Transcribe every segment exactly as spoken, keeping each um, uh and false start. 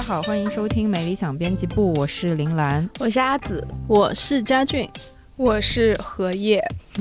好，欢迎收听美理想编辑部，我是林兰， 我是阿紫， 我是佳俊， 我是荷叶。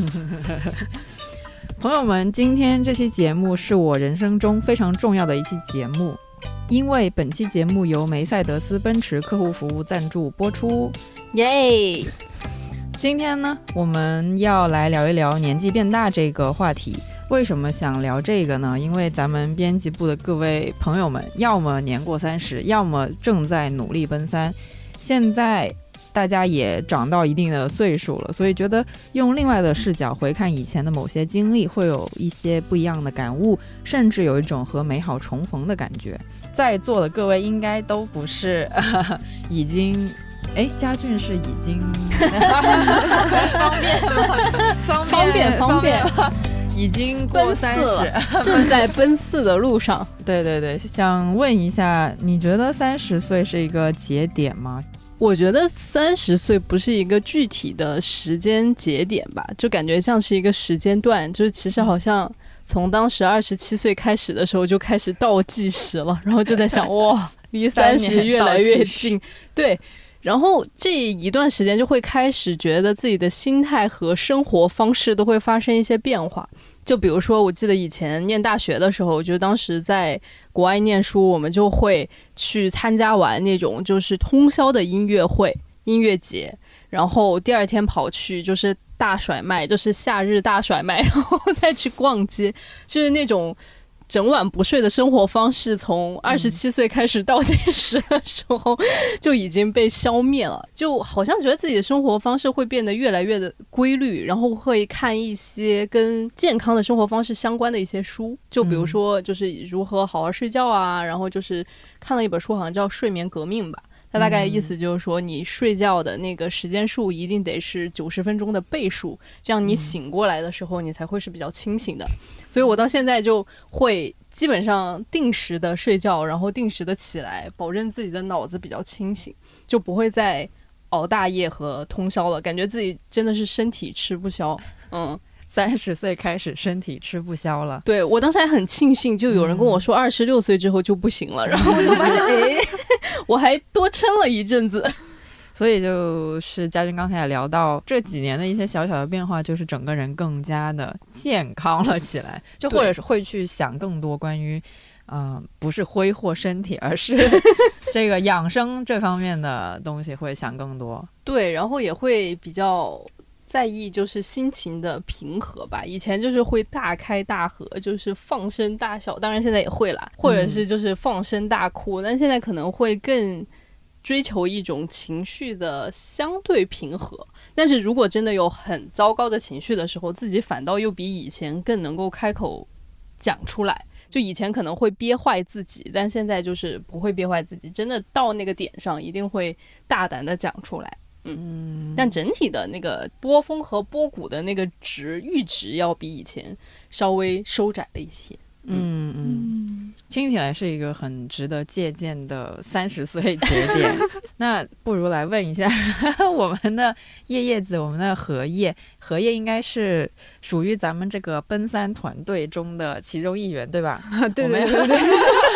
朋友们，今天这期节目是我人生中非常重要的一期节目，因为本期节目由梅赛德斯奔驰客户服务赞助播出。 耶！ 今天呢，我们要来聊一聊年纪变大这个话题。为什么想聊这个呢？因为咱们编辑部的各位朋友们，要么年过三十，要么正在努力奔三。现在大家也长到一定的岁数了，所以觉得用另外的视角回看以前的某些经历，会有一些不一样的感悟，甚至有一种和美好重逢的感觉。在座的各位应该都不是、呃、已经哎，佳俊是已经方便方便方便已经过三十， 正在奔四的路上。 对对对，想问一下，你觉得三十岁是一个节点吗？ 我觉得三十岁不是一个具体的时间节点吧，就感觉像是一个时间段，就是其实好像从当时二十七岁开始的时候就开始倒计时了，然后就在想哇，离三十越来越近。对。然后这一段时间就会开始觉得自己的心态和生活方式都会发生一些变化。就比如说我记得以前念大学的时候，就当时在国外念书，我们就会去参加完那种就是通宵的音乐会音乐节，然后第二天跑去就是大甩卖，就是夏日大甩卖，然后再去逛街，就是那种整晚不睡的生活方式，从二十七岁开始倒计时的时候就已经被消灭了，就好像觉得自己的生活方式会变得越来越的规律，然后会看一些跟健康的生活方式相关的一些书，就比如说就是如何好好睡觉啊，然后就是看了一本书好像叫《睡眠革命》吧，它大概意思就是说你睡觉的那个时间数一定得是九十分钟的倍数，这样你醒过来的时候你才会是比较清醒的。所以我到现在就会基本上定时的睡觉，然后定时的起来，保证自己的脑子比较清醒，就不会再熬大夜和通宵了，感觉自己真的是身体吃不消。嗯， 三十岁开始身体吃不消了。 对，我当时还很庆幸，就有人跟我说二十六岁之后就不行了、嗯、然后我就发现哎，我还多撑了一阵子。 所以就是佳俊刚才也聊到这几年的一些小小的变化，就是整个人更加的健康了起来，就或者是会去想更多关于呃，不是挥霍身体，而是这个养生这方面的东西会想更多。 对，然后也会比较在意就是心情的平和吧，以前就是会大开大合，就是放声大笑，当然现在也会啦，或者是就是放声大哭、嗯、但现在可能会更追求一种情绪的相对平和，但是如果真的有很糟糕的情绪的时候，自己反倒又比以前更能够开口讲出来，就以前可能会憋坏自己，但现在就是不会憋坏自己，真的到那个点上一定会大胆的讲出来。嗯，但整体的那个波峰和波谷的那个值阈值要比以前稍微收窄了一些。 嗯嗯，听起来是一个很值得借鉴的三十岁节点。那不如来问一下我们的叶叶子，我们的荷叶，荷叶应该是属于咱们这个奔三团队中的其中一员，对吧？ 啊、对对对对。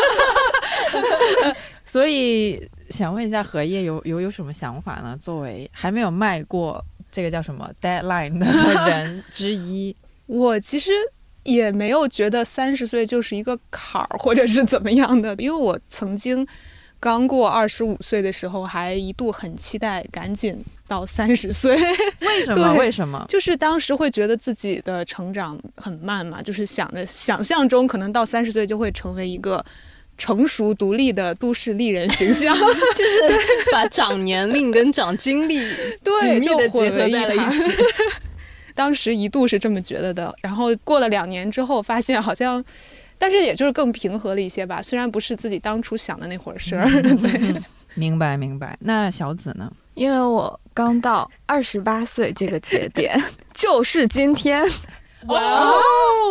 所以想问一下荷叶有有有什么想法呢？作为还没有迈过这个叫什么 deadline 的人之一， 我其实也没有觉得三十岁就是一个坎儿或者是怎么样的，因为我曾经刚过二十五岁的时候还一度很期待赶紧到三十岁。 为什么？为什么？ 就是当时会觉得自己的成长很慢嘛，就是想着想象中可能到三十岁就会成为一个成熟独立的都市丽人形象， 就是把长年龄跟长经历紧密的结合在了一起。 当时一度是这么觉得的，然后过了两年之后发现好像，但是也就是更平和了一些吧，虽然不是自己当初想的那会儿事儿。对， 明白明白。那小紫呢？ 因为我刚到二十八岁这个节点就是今天。 哇哦！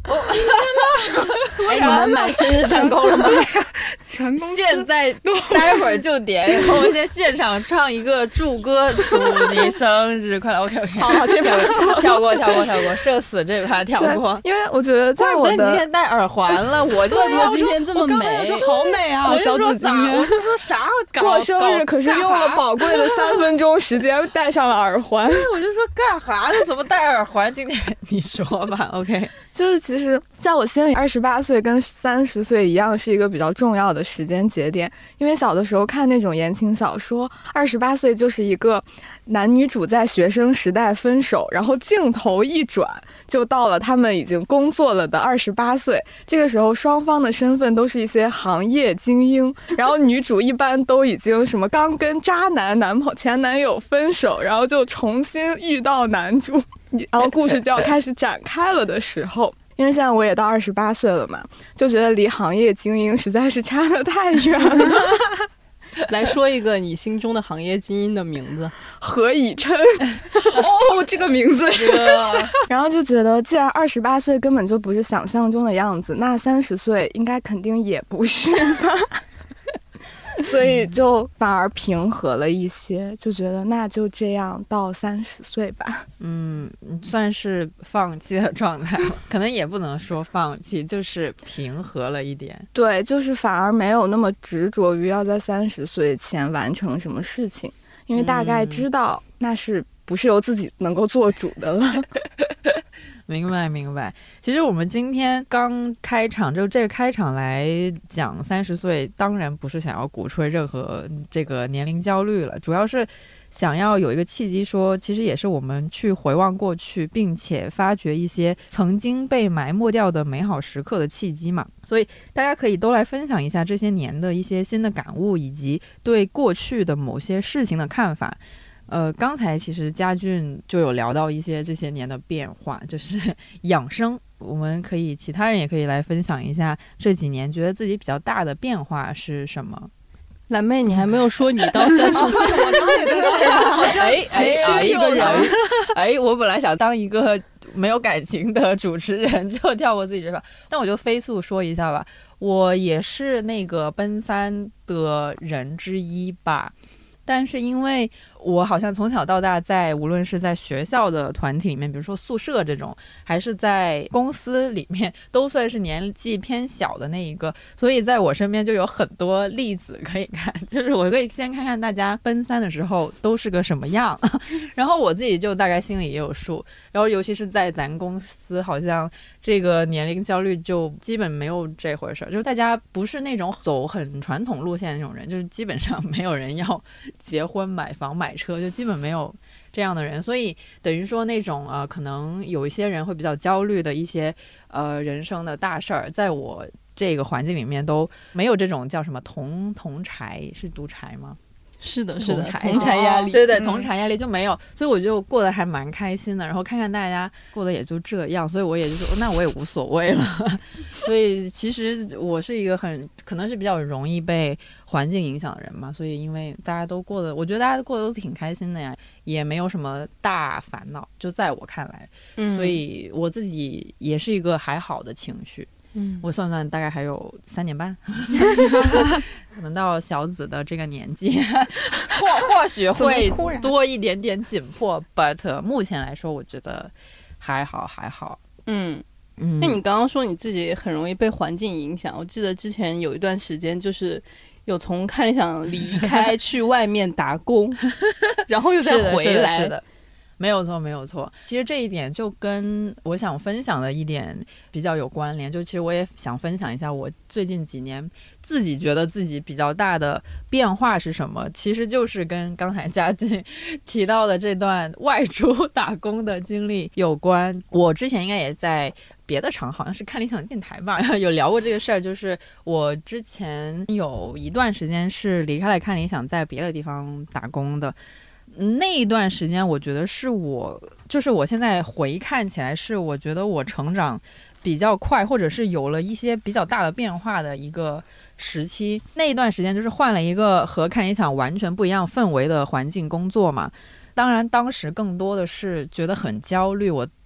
哎，你们买生日蛋糕了吗？ 全公司现在待会儿就点，然后我先现场唱一个祝歌，祝你生日快乐。OK OK， 好好，这跳过跳过跳过跳过，社死这趴跳过。 因为我觉得在我怪不得你今的天戴耳环了，我就对呀今天这么美我说好美啊， 我就小紫今说咋？我天就说啥搞过生日可是用了搞宝贵的三分钟时间戴上了耳环。 我就说干哈呢？怎么戴耳环？今天你说吧。OK， 就是其实在我心里，二十八岁跟三十岁一样，是一个比较重要的时间节点。因为小的时候看那种言情小说，二十八岁就是一个男女主在学生时代分手，然后镜头一转就到了他们已经工作了的二十八岁。这个时候双方的身份都是一些行业精英，然后女主一般都已经什么刚跟渣男男朋前男友分手，然后就重新遇到男主，然后故事就要开始展开了的时候。因为现在我也到二十八岁了嘛，就觉得离行业精英实在是差得太远了。 来说一个你心中的行业精英的名字。 何以琛。 哦，这个名字然后就觉得既然二十八岁根本就不是想象中的样子，那三十岁应该肯定也不是吧。所以就反而平和了一些，就觉得那就这样到三十岁吧。 嗯，算是放弃的状态了，可能也不能说放弃，就是平和了一点。 对，就是反而没有那么执着于要在三十岁前完成什么事情，因为大概知道那是不是由自己能够做主的了。 明白明白。其实我们今天刚开场，就这个开场来讲三十岁，当然不是想要鼓吹任何这个年龄焦虑了，主要是想要有一个契机说，其实也是我们去回望过去，并且发掘一些曾经被埋没掉的美好时刻的契机嘛。所以大家可以都来分享一下这些年的一些新的感悟，以及对过去的某些事情的看法。呃，刚才其实家俊就有聊到一些这些年的变化，就是养生，我们可以其他人也可以来分享一下这几年觉得自己比较大的变化是什么。 蓝妹，你还没有说你到三十岁， 我刚才也在说，好像哎哎缺一个人。 哎，我本来想当一个没有感情的主持人，就跳过自己这把，但我就飞速说一下吧，我也是那个奔三的人之一吧。但是因为我好像从小到大在无论是在学校的团体里面，比如说宿舍这种，还是在公司里面，都算是年纪偏小的那一个，所以在我身边就有很多例子可以看，就是我可以先看看大家奔三的时候都是个什么样，然后我自己就大概心里也有数，然后尤其是在咱公司，好像这个年龄焦虑就基本没有这回事，就是大家不是那种走很传统路线的那种人，就是基本上没有人要结婚买房买车，就基本没有这样的人，所以等于说那种呃，可能有一些人会比较焦虑的一些呃人生的大事儿，在我这个环境里面都没有这种叫什么同同柴，是读柴吗？ 是的，是的， 同柴同柴压力， 对对， 嗯同柴压力就没有，所以我就过得还蛮开心的。然后看看大家过得也就这样，所以我也就说，那我也无所谓了。所以其实我是一个很可能是比较容易被环境影响的人嘛，所以因为大家都过得，我觉得大家过得都挺开心的呀，也没有什么大烦恼，就在我看来， 嗯、 所以我自己也是一个还好的情绪。 嗯， 我算算大概还有三年半，可能到小紫的这个年纪，或或许会多一点点紧迫 ，but 目前来说，我觉得还好还好。 嗯嗯， 那你刚刚说你自己很容易被环境影响，我记得之前有一段时间就是有从看理想离开去外面打工，然后又再回来。 是的，是的，没有错，没有错。其实这一点就跟我想分享的一点比较有关联，就其实我也想分享一下我最近几年自己觉得自己比较大的变化是什么，其实就是跟刚才嘉俊提到的这段外出打工的经历有关。我之前应该也在别的场，好像是看理想电台吧，有聊过这个事儿，就是我之前有一段时间是离开了看理想，在别的地方打工的。那一段时间我觉得是我就是我现在回看起来是我觉得我成长比较快，或者是有了一些比较大的变化的一个时期。那一段时间就是换了一个和看理想完全不一样氛围的环境工作嘛，当然当时更多的是觉得很焦虑，我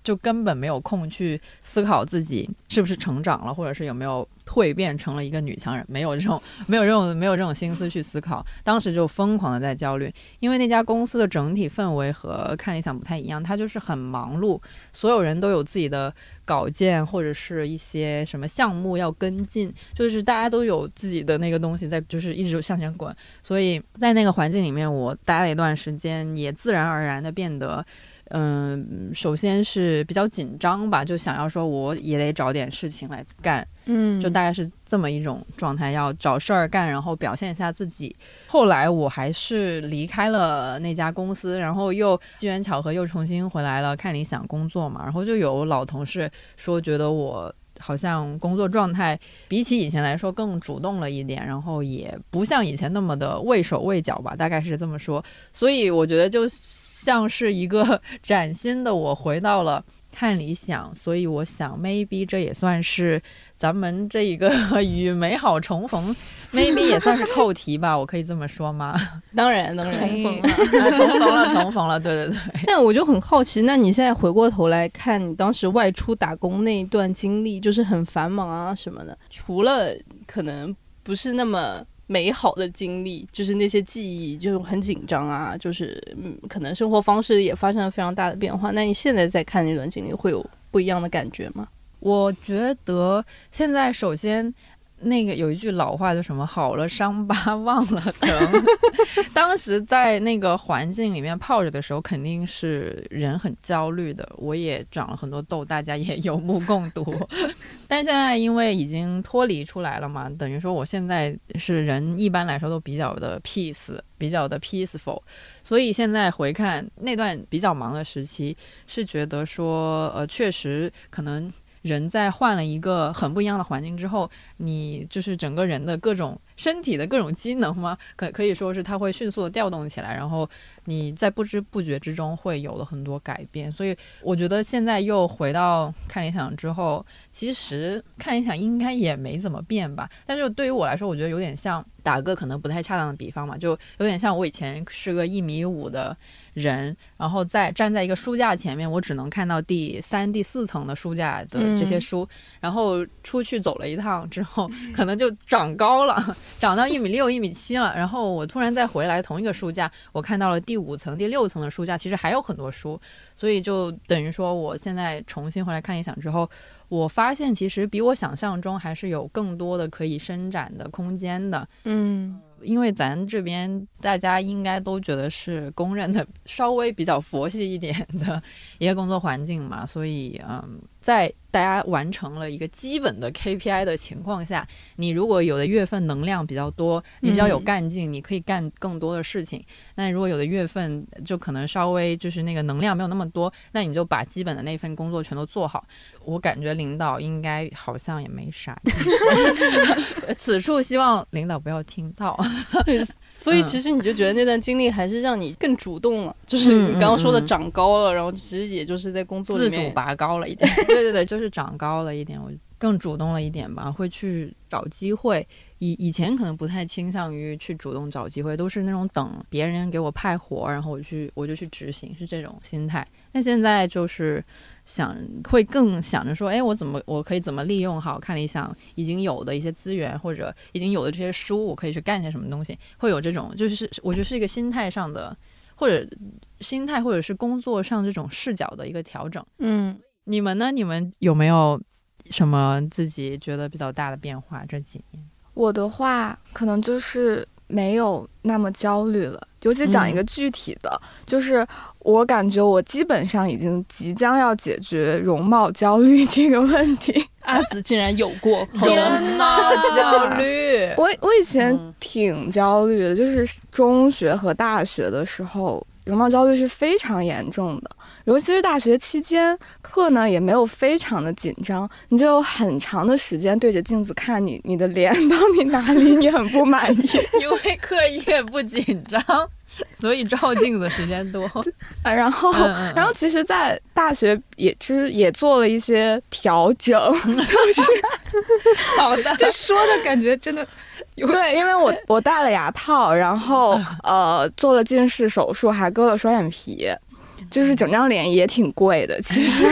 就根本没有空去思考自己是不是成长了，或者是有没有蜕变成了一个女强人，没有这种没有这种没有这种心思去思考。当时就疯狂的在焦虑，因为那家公司的整体氛围和看理想不太一样，它就是很忙碌，所有人都有自己的稿件或者是一些什么项目要跟进，就是大家都有自己的那个东西在，就是一直向前滚。所以在那个环境里面，我待了一段时间，也自然而然的变得嗯，首先是比较紧张吧，就想要说我也得找点事情来干， 嗯， 就大概是这么一种状态，要找事儿干，然后表现一下自己。后来我还是离开了那家公司，然后又机缘巧合又重新回来了看理想工作嘛，然后就有老同事说觉得我好像工作状态比起以前来说更主动了一点，然后也不像以前那么的畏手畏脚吧，大概是这么说。所以我觉得就像是一个崭新的我回到了看理想，所以我想 maybe 这也算是咱们这一个与美好重逢maybe 也算是扣题吧，我可以这么说吗？ 当然当然重逢了重逢了重逢了，对对对。 但我就很好奇，那你现在回过头来看你当时外出打工那一段经历，就是很繁忙啊什么的，除了可能不是那么美好的经历，就是那些记忆就很紧张啊，就是嗯，可能生活方式也发生了非常大的变化，那你现在再看那段经历会有不一样的感觉吗？ 我觉得现在首先那个有一句老话，就什么好了伤疤忘了疼当时在那个环境里面泡着的时候肯定是人很焦虑的，我也长了很多痘，大家也有目共睹但现在因为已经脱离出来了嘛，等于说我现在是人一般来说都比较的 peace 比较的 peaceful， 所以现在回看那段比较忙的时期，是觉得说呃，确实可能人在换了一个很不一样的环境之后，你就是整个人的各种身体的各种机能嘛，可可以说是它会迅速的调动起来，然后你在不知不觉之中会有了很多改变。所以我觉得现在又回到看理想之后，其实看理想应该也没怎么变吧，但是对于我来说，我觉得有点像打个可能不太恰当的比方嘛，就有点像我以前是个一米五的人，然后在站在一个书架前面，我只能看到第三、第四层的书架的这些书，嗯、然后出去走了一趟之后，可能就长高了，长到一米六、一米七了。然后我突然再回来同一个书架，我看到了第五层、第六层的书架，其实还有很多书，所以就等于说，我现在重新回来看理想之后，我发现其实比我想象中还是有更多的可以伸展的空间的。嗯。因为咱这边大家应该都觉得是公认的稍微比较佛系一点的一个工作环境嘛，所以嗯，在大家完成了一个基本的 K P I 的情况下，你如果有的月份能量比较多，你比较有干劲，嗯、你可以干更多的事情。那如果有的月份就可能稍微就是那个能量没有那么多，那你就把基本的那份工作全都做好。我感觉领导应该好像也没啥意思此处希望领导不要听到对，所以其实你就觉得那段经历还是让你更主动了，嗯、就是你刚刚说的长高了，嗯嗯嗯然后其实也就是在工作里面自主拔高了一点对对对，就是长高了一点，我更主动了一点吧，会去找机会。以以前可能不太倾向于去主动找机会，都是那种等别人给我派活，然后我去我就去执行，是这种心态。但现在就是想会更想着说，哎，我怎么我可以怎么利用好看理想已经有的一些资源，或者已经有的这些书，我可以去干些什么东西，会有这种就是我觉得是一个心态上的，或者心态或者是工作上这种视角的一个调整。嗯，你们呢？你们有没有什么自己觉得比较大的变化这几年？ 我的话可能就是没有那么焦虑了，尤其讲一个具体的、嗯、就是我感觉我基本上已经即将要解决容貌焦虑这个问题。 阿紫竟然有过容貌焦虑我我以前挺焦虑的，就是中学和大学的时候容貌焦虑是非常严重的，尤其是大学期间，课呢也没有非常的紧张，你就有很长的时间对着镜子看你你的脸到底哪里你很不满意因为课业不紧张，所以照镜子时间多然后嗯嗯然后其实在大学也就是也做了一些调整就是好的这说的感觉真的对，因为我我戴了牙套，然后呃做了近视手术，还割了双眼皮， 就是整张脸也挺贵的，其实。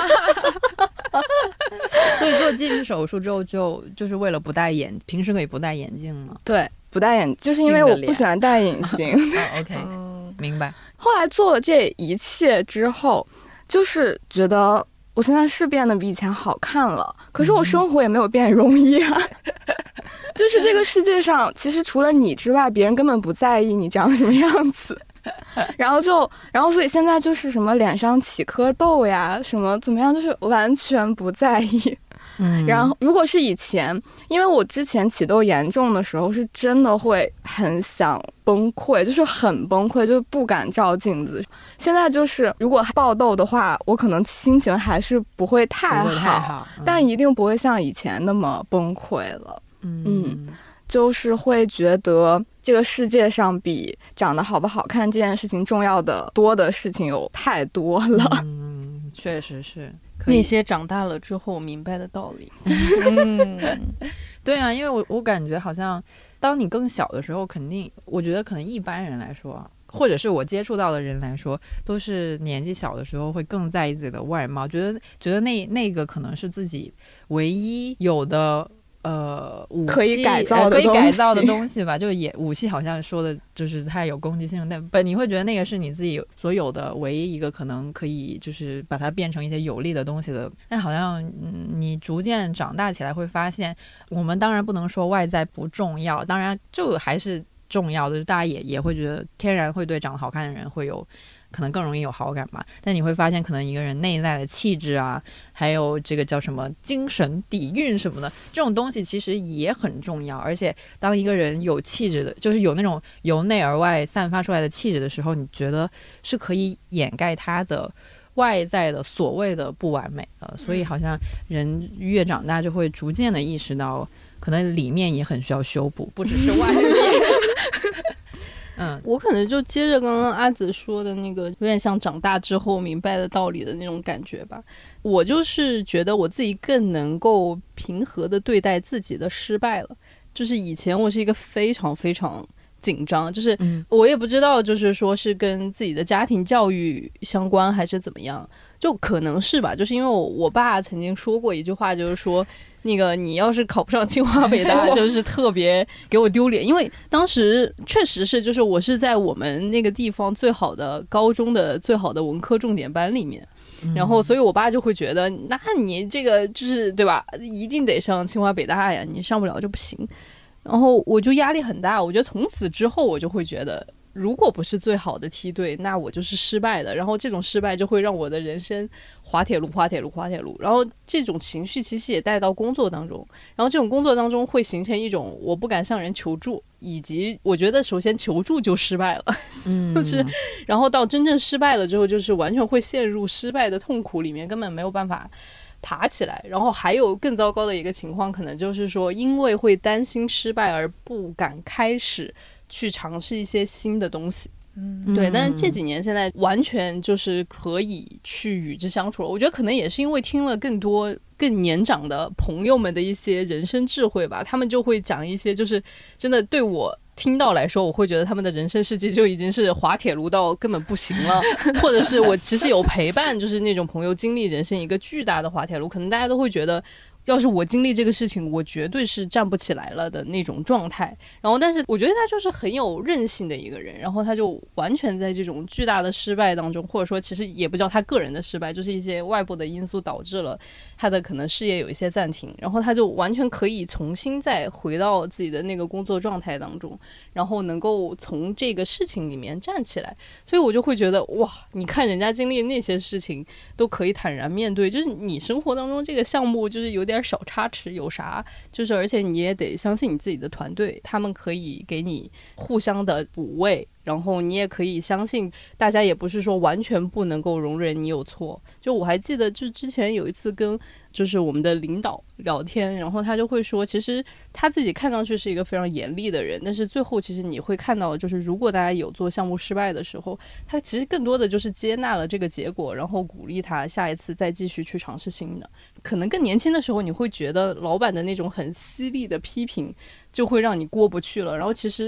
所以做近视手术之后就就是为了不戴眼，平时可以不戴眼镜吗？ 对，不戴眼，就是因为我不喜欢戴隐形。 哦 OK， 明白。 后来做了这一切之后，就是觉得我现在是变得比以前好看了，可是我生活也没有变容易啊。就是这个世界上，其实除了你之外，别人根本不在意你长什么样子。然后就，然后所以现在就是什么脸上起颗痘呀，什么怎么样，就是完全不在意。嗯，然后如果是以前，因为我之前起痘严重的时候，是真的会很想崩溃，就是很崩溃，就不敢照镜子。现在就是如果爆痘的话，我可能心情还是不会太好， 不会太好嗯、 但一定不会像以前那么崩溃了。 嗯。 嗯，就是会觉得这个世界上比长得好不好看这件事情重要的多的事情有太多了。 嗯，确实是那些长大了之后明白的道理。 嗯，对啊，因为我我感觉好像当你更小的时候，肯定我觉得可能一般人来说，或者是我接触到的人来说，都是年纪小的时候会更在意自己的外貌，觉得觉得那那个可能是自己唯一有的。呃，武器可以改造的、 呃、可以改造的东西吧，就也武器好像说的就是它有攻击性，但本你会觉得那个是你自己所有的唯一一个可能可以就是把它变成一些有利的东西的。但好像、嗯、你逐渐长大起来会发现，我们当然不能说外在不重要，当然就还是重要的，大家也也会觉得天然会对长得好看的人会有。可能更容易有好感嘛，但你会发现可能一个人内在的气质啊，还有这个叫什么精神底蕴什么的，这种东西其实也很重要。而且当一个人有气质的，就是有那种由内而外散发出来的气质的时候，你觉得是可以掩盖他的外在的所谓的不完美的。所以好像人越长大就会逐渐的意识到，可能里面也很需要修补，不只是外面。嗯， 我可能就接着刚刚阿紫说的那个，有点像长大之后明白的道理的那种感觉吧。我就是觉得我自己更能够平和的对待自己的失败了。就是以前我是一个非常非常紧张，就是我也不知道，就是说是跟自己的家庭教育相关还是怎么样，就可能是吧。就是因为我我爸曾经说过一句话，就是说。那个你要是考不上清华北大，就是特别给我丢脸，因为当时确实是，就是我是在我们那个地方最好的高中的最好的文科重点班里面，然后所以我爸就会觉得，那你这个就是对吧，一定得上清华北大呀，你上不了就不行。然后我就压力很大，我觉得从此之后我就会觉得。如果不是最好的梯队，那我就是失败的。然后这种失败就会让我的人生滑铁卢、滑铁卢、滑铁卢。然后这种情绪其实也带到工作当中。然后这种工作当中会形成一种我不敢向人求助，以及我觉得首先求助就失败了，嗯，就是然后到真正失败了之后，就是完全会陷入失败的痛苦里面，根本没有办法爬起来。然后还有更糟糕的一个情况，可能就是说，因为会担心失败而不敢开始。去尝试一些新的东西，嗯，对，但是这几年现在完全就是可以去与之相处了。我觉得可能也是因为听了更多更年长的朋友们的一些人生智慧吧，他们就会讲一些就是真的对我听到来说，我会觉得他们的人生世界就已经是滑铁卢到根本不行了，或者是我其实有陪伴，就是那种朋友经历人生一个巨大的滑铁卢，可能大家都会觉得。要是我经历这个事情，我绝对是站不起来了的那种状态。然后，但是我觉得他就是很有韧性的一个人，然后他就完全在这种巨大的失败当中，或者说其实也不叫他个人的失败，就是一些外部的因素导致了他的可能事业有一些暂停，然后他就完全可以重新再回到自己的那个工作状态当中，然后能够从这个事情里面站起来。所以我就会觉得哇，你看人家经历那些事情都可以坦然面对，就是你生活当中这个项目就是有点点小差池有啥，就是而且你也得相信你自己的团队，他们可以给你互相的补位，然后你也可以相信大家也不是说完全不能够容忍你有错。就我还记得就之前有一次跟就是我们的领导聊天，然后他就会说其实他自己看上去是一个非常严厉的人，但是最后其实你会看到就是如果大家有做项目失败的时候，他其实更多的就是接纳了这个结果，然后鼓励他下一次再继续去尝试新的。可能更年轻的时候你会觉得老板的那种很犀利的批评就会让你过不去了，然后其实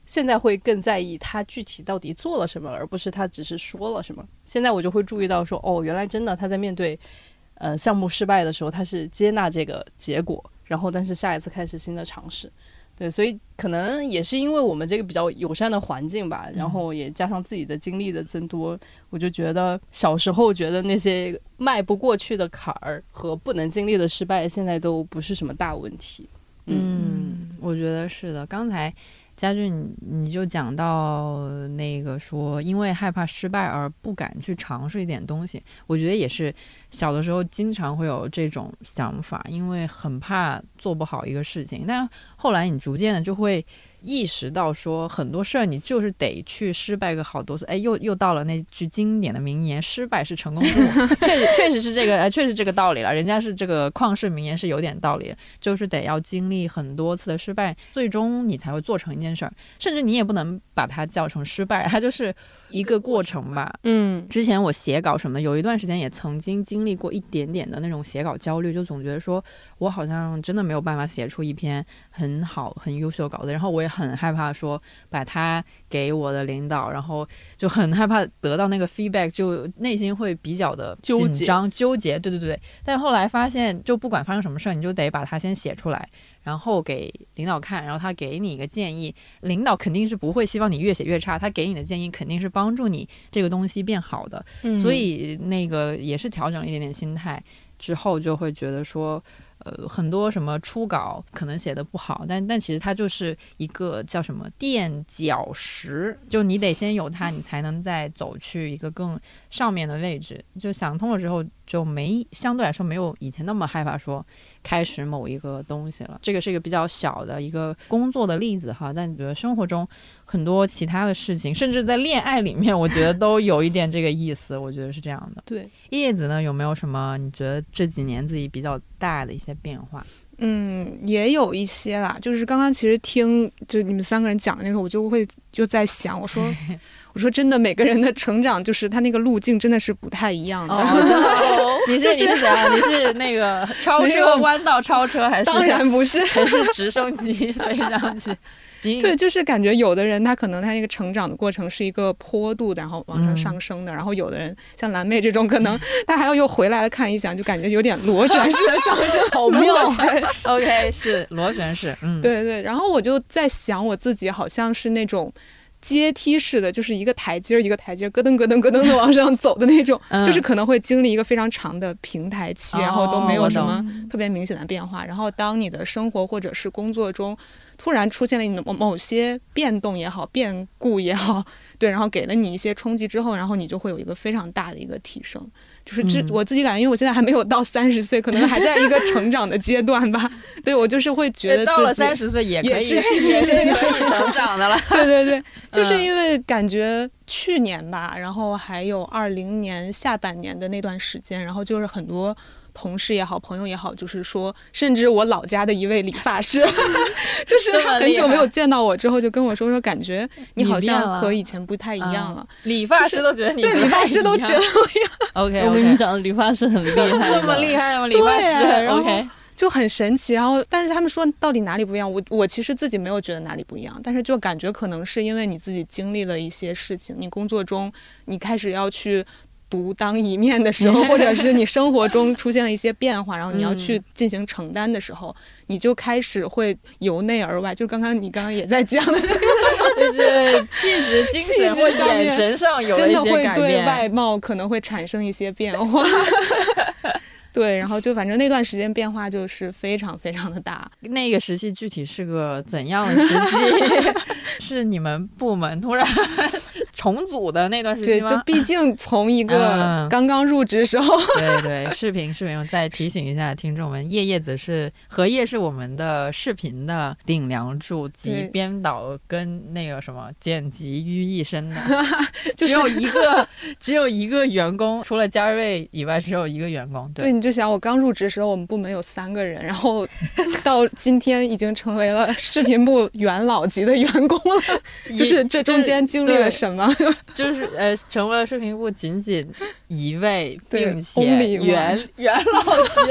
现在会更在意他具体到底做了什么，而不是他只是说了什么。现在我就会注意到说，哦，原来真的他在面对呃项目失败的时候，他是接纳这个结果，然后但是下一次开始新的尝试。对，所以可能也是因为我们这个比较友善的环境吧，然后也加上自己的经历的增多，我就觉得小时候觉得那些迈不过去的坎儿和不能经历的失败，现在都不是什么大问题。 嗯，我觉得是的。刚才佳俊你就讲到那个说因为害怕失败而不敢去尝试一点东西，我觉得也是小的时候经常会有这种想法，因为很怕做不好一个事情，但后来你逐渐的就会意识到说很多事儿你就是得去失败个好多次。哎，又又到了那句经典的名言，失败是成功之母。确实确实是这个，确实这个道理了。人家是这个旷世名言是有点道理的，就是得要经历很多次的失败，最终你才会做成一件事儿。甚至你也不能把它叫成失败，它就是一个过程吧。 嗯， 之前我写稿什么的，有一段时间也曾经经历过一点点的那种写稿焦虑，就总觉得说我好像真的没有办法写出一篇很好很优秀的稿子，然后我也很害怕说把它给我的领导，然后就很害怕得到那个 feedback， 就内心会比较的紧张纠结。对对对，但后来发现就不管发生什么事，你就得把它先写出来，然后给领导看，然后他给你一个建议，领导肯定是不会希望你越写越差，他给你的建议肯定是帮助你这个东西变好的。嗯，所以那个也是调整了一点点心态之后，就会觉得说呃，很多什么初稿可能写的不好，但但其实它就是一个叫什么垫脚石，就你得先有它，你才能再走去一个更上面的位置。就想通了之后，就没相对来说没有以前那么害怕说开始某一个东西了。这个是一个比较小的一个工作的例子哈，但你觉得生活中很多其他的事情，甚至在恋爱里面，我觉得都有一点这个意思。我觉得是这样的。 对， 叶子呢，有没有什么你觉得这几年自己比较大的一些变化？ 嗯，也有一些啦。就是刚刚其实听就你们三个人讲的那个，我就会就在想，我说我说真的，每个人的成长就是他那个路径真的是不太一样的。 哦，真的哦你是、就是、你是怎样？你是那个超车弯道超车还是？ 当然不是， 还是直升机飞上去？ 对，就是感觉有的人他可能他那个成长的过程是一个坡度的，然后往上上升的、嗯、然后有的人像蓝妹这种可能他还要又回来了看一想，就感觉有点螺旋式的上升。 好妙。OK， 是螺旋式。嗯， 对对。然后我就在想我自己好像是那种阶梯式的，就是一个台阶一个台阶咯噔咯噔咯噔的往上走的那种、嗯、就是可能会经历一个非常长的平台期、哦、然后都没有什么特别明显的变化，然后当你的生活或者是工作中突然出现了你某某些变动也好变故也好，对，然后给了你一些冲击之后，然后你就会有一个非常大的一个提升。就是这、嗯、我自己感觉，因为我现在还没有到三十岁，可能还在一个成长的阶段吧。对，我就是会觉得自己到了三十岁也可以也是也是可以成长的了。 对对对，就是因为感觉去年吧，然后还有二零年下半年的那段时间，然后就是很多同事也好朋友也好，就是说甚至我老家的一位理发师就是很久没有见到我之后就跟我说说感觉你好像和以前不太一样了、 嗯、理发师都觉得你、 就是、对理发师都觉得我一样。 OK， 我跟你讲理发师很厉害那么厉害吗？理发师 OK 就很神奇。然后但是他们说到底哪里不一样，我我其实自己没有觉得哪里不一样，但是就感觉可能是因为你自己经历了一些事情，你工作中你开始要去独当一面的时候，或者是你生活中出现了一些变化，然后你要去进行承担的时候、嗯、你就开始会由内而外，就刚刚你刚刚也在讲的就是气质精神或眼神上有了一些改变，真的会对外貌可能会产生一些变化对，然后就反正那段时间变化就是非常非常的大。 那个时期具体是个怎样的时期？是你们部门突然重组的那段时期吗？ 对，就毕竟从一个刚刚入职时候、 嗯、对对，视频视频我再提醒一下听众们，叶叶子是荷叶是我们的视频的顶梁柱及编导跟那个什么剪辑于一身的只有一个只有一个员工，除了嘉瑞以外只有一个员工。 对， 对，你就想我刚入职的时候我们部门有三个人，然后到今天已经成为了视频部元老级的员工了就是这中间经历了什么就是呃，成为了视频部仅仅一位并且元元老级的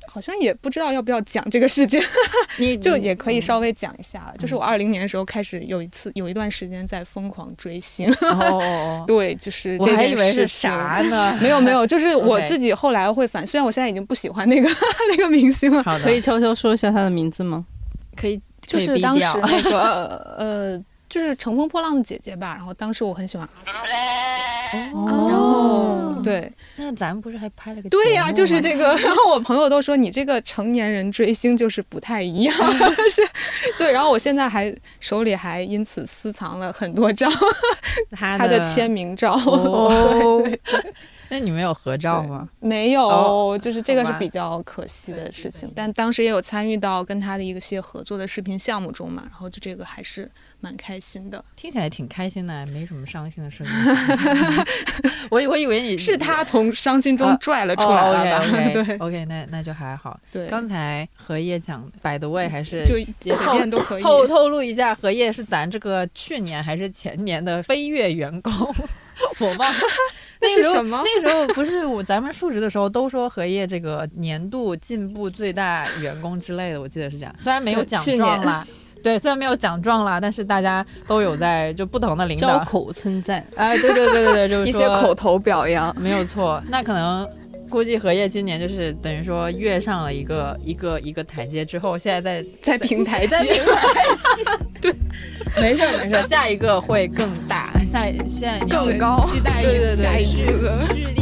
好像也不知道要不要讲这个事件， 你就也可以稍微讲一下了。嗯、就是我二零年的时候开始有一次有一段时间在疯狂追星， 哦， 对，就是这件事情，我还以为是啥呢？ 没有没有，就是我自己后来会反，虽然我现在已经不喜欢那个那个明星了， 可以悄悄说一下他的名字吗？ 可以， 就是当时那个呃。就是乘风破浪的姐姐吧，然后当时我很喜欢， 哦， 然后对， 那咱们不是还拍了个对呀、啊，就是这个，然后我朋友都说你这个成年人追星就是不太一样，是，对，然后我现在还手里还因此私藏了很多张他 的, 他的签名照， 哦、 对对对。 那你们有合照吗？ 没有、哦，就是这个是比较可惜的事情。但当时也有参与到跟他的一些合作的视频项目中嘛，然后就这个还是蛮开心的。 听起来挺开心的，没什么伤心的事情。我我以为你是他从伤心中拽了出来了吧？ 啊哦、okay, okay, 对 ，OK， 那那就还好。 对， 刚才荷叶讲by the way还是就随便都可以透透露一下，荷叶是咱这个去年还是前年的飞跃员工，我忘了。 那是什么？ 那个时候不是我咱们述职的时候都说荷叶这个年度进步最大员工之类的，我记得是这样。虽然没有奖状啦，对，虽然没有奖状啦，但是大家都有在就不同的领导交口称赞。 哎，对对对对对，就是说一些口头表扬， 没有错。那可能估计荷叶今年就是等于说跃上了一个一个一个台阶之后，现在在在平台期， 对，没事没事，下一个会更大，下现在更高，期待对对对下一次的蓄力。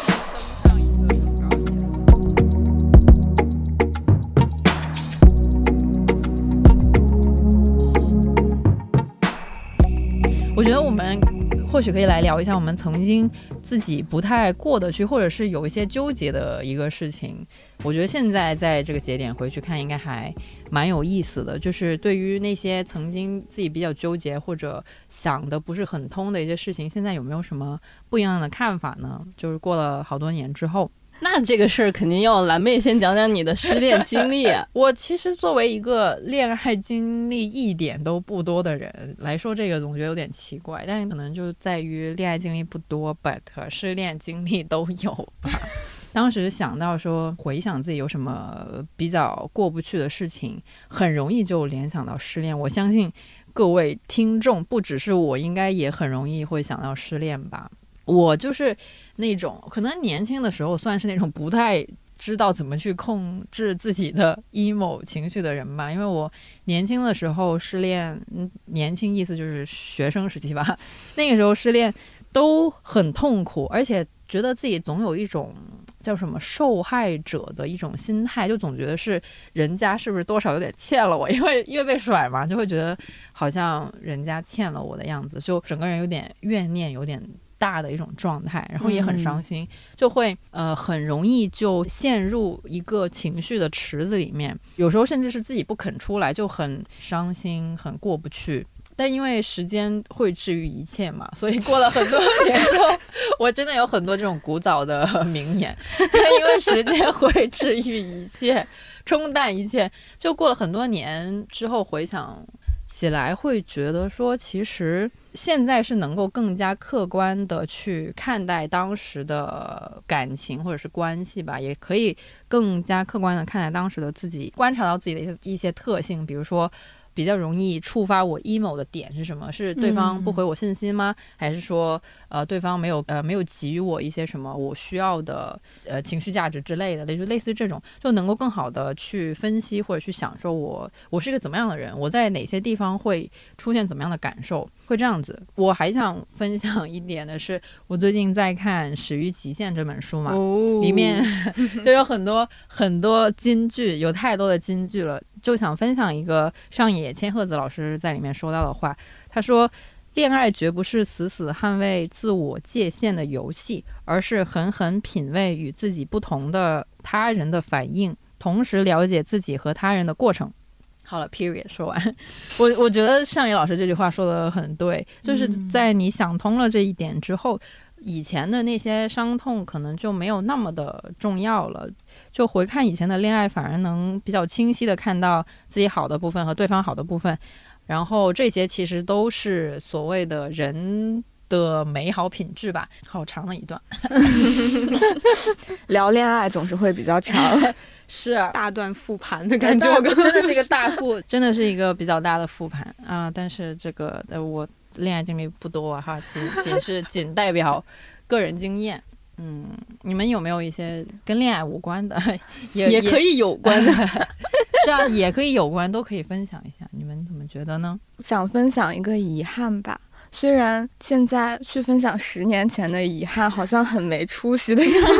我觉得我们或许可以来聊一下我们曾经自己不太过得去，或者是有一些纠结的一个事情。我觉得现在在这个节点回去看应该还蛮有意思的，就是对于那些曾经自己比较纠结或者想的不是很通的一些事情，现在有没有什么不一样的看法呢？就是过了好多年之后。 那这个事儿肯定要蓝妹先讲讲你的失恋经历啊。 我其实作为一个恋爱经历一点都不多的人来说，这个总觉得有点奇怪，但是可能就在于恋爱经历不多 but 失恋经历都有吧。当时想到说回想自己有什么比较过不去的事情，很容易就联想到失恋。我相信各位听众不只是我，应该也很容易会想到失恋吧。我就是那种可能年轻的时候算是那种不太知道怎么去控制自己的 emo 情绪的人吧，因为我年轻的时候失恋，年轻意思就是学生时期吧，那个时候失恋都很痛苦，而且觉得自己总有一种叫什么受害者的一种心态，就总觉得是人家是不是多少有点欠了我，因为因为被甩嘛，就会觉得好像人家欠了我的样子，就整个人有点怨念，有点大的一种状态，然后也很伤心，嗯、就会呃很容易就陷入一个情绪的池子里面，有时候甚至是自己不肯出来，就很伤心，很过不去。但因为时间会治愈一切嘛，所以过了很多年之后，我真的有很多这种古早的名言，因为时间会治愈一切，冲淡一切。就过了很多年之后回想起来，会觉得说其实现在是能够更加客观的去看待当时的感情或者是关系吧，也可以更加客观的看待当时的自己，观察到自己的一些一些特性，比如说比较容易触发我 emo 的点是什么？是对方不回我信息吗？嗯、还是说呃对方没有呃没有给予我一些什么我需要的呃情绪价值之类的？就类似于这种，就能够更好的去分析或者去想说我我是一个怎么样的人，我在哪些地方会出现怎么样的感受，会这样子。我还想分享一点的是，我最近在看《始于极限》这本书嘛，哦、里面就有很多很多金句，有太多的金句了。就想分享一个上野千鹤子老师在里面说到的话，他说恋爱绝不是死死捍卫自我界限的游戏，而是狠狠品味与自己不同的他人的反应，同时了解自己和他人的过程。好了 period 说完。我我觉得上野老师这句话说得很对，就是在你想通了这一点之后，以前的那些伤痛可能就没有那么的重要了，就回看以前的恋爱反而能比较清晰的看到自己好的部分和对方好的部分，然后这些其实都是所谓的人的美好品质吧。好长的一段聊恋爱总是会比较长是大段复盘的感觉，我真的是一个大复，真的是一个比较大的复盘啊！但是这个呃，我恋爱经历不多啊，哈，仅仅是仅代表个人经验。嗯，你们有没有一些跟恋爱无关的，也也可以有关的？ 是啊，也可以有关，都可以分享一下。你们怎么觉得呢？ 想分享一个遗憾吧。虽然现在去分享十年前的遗憾，好像很没出息的样子。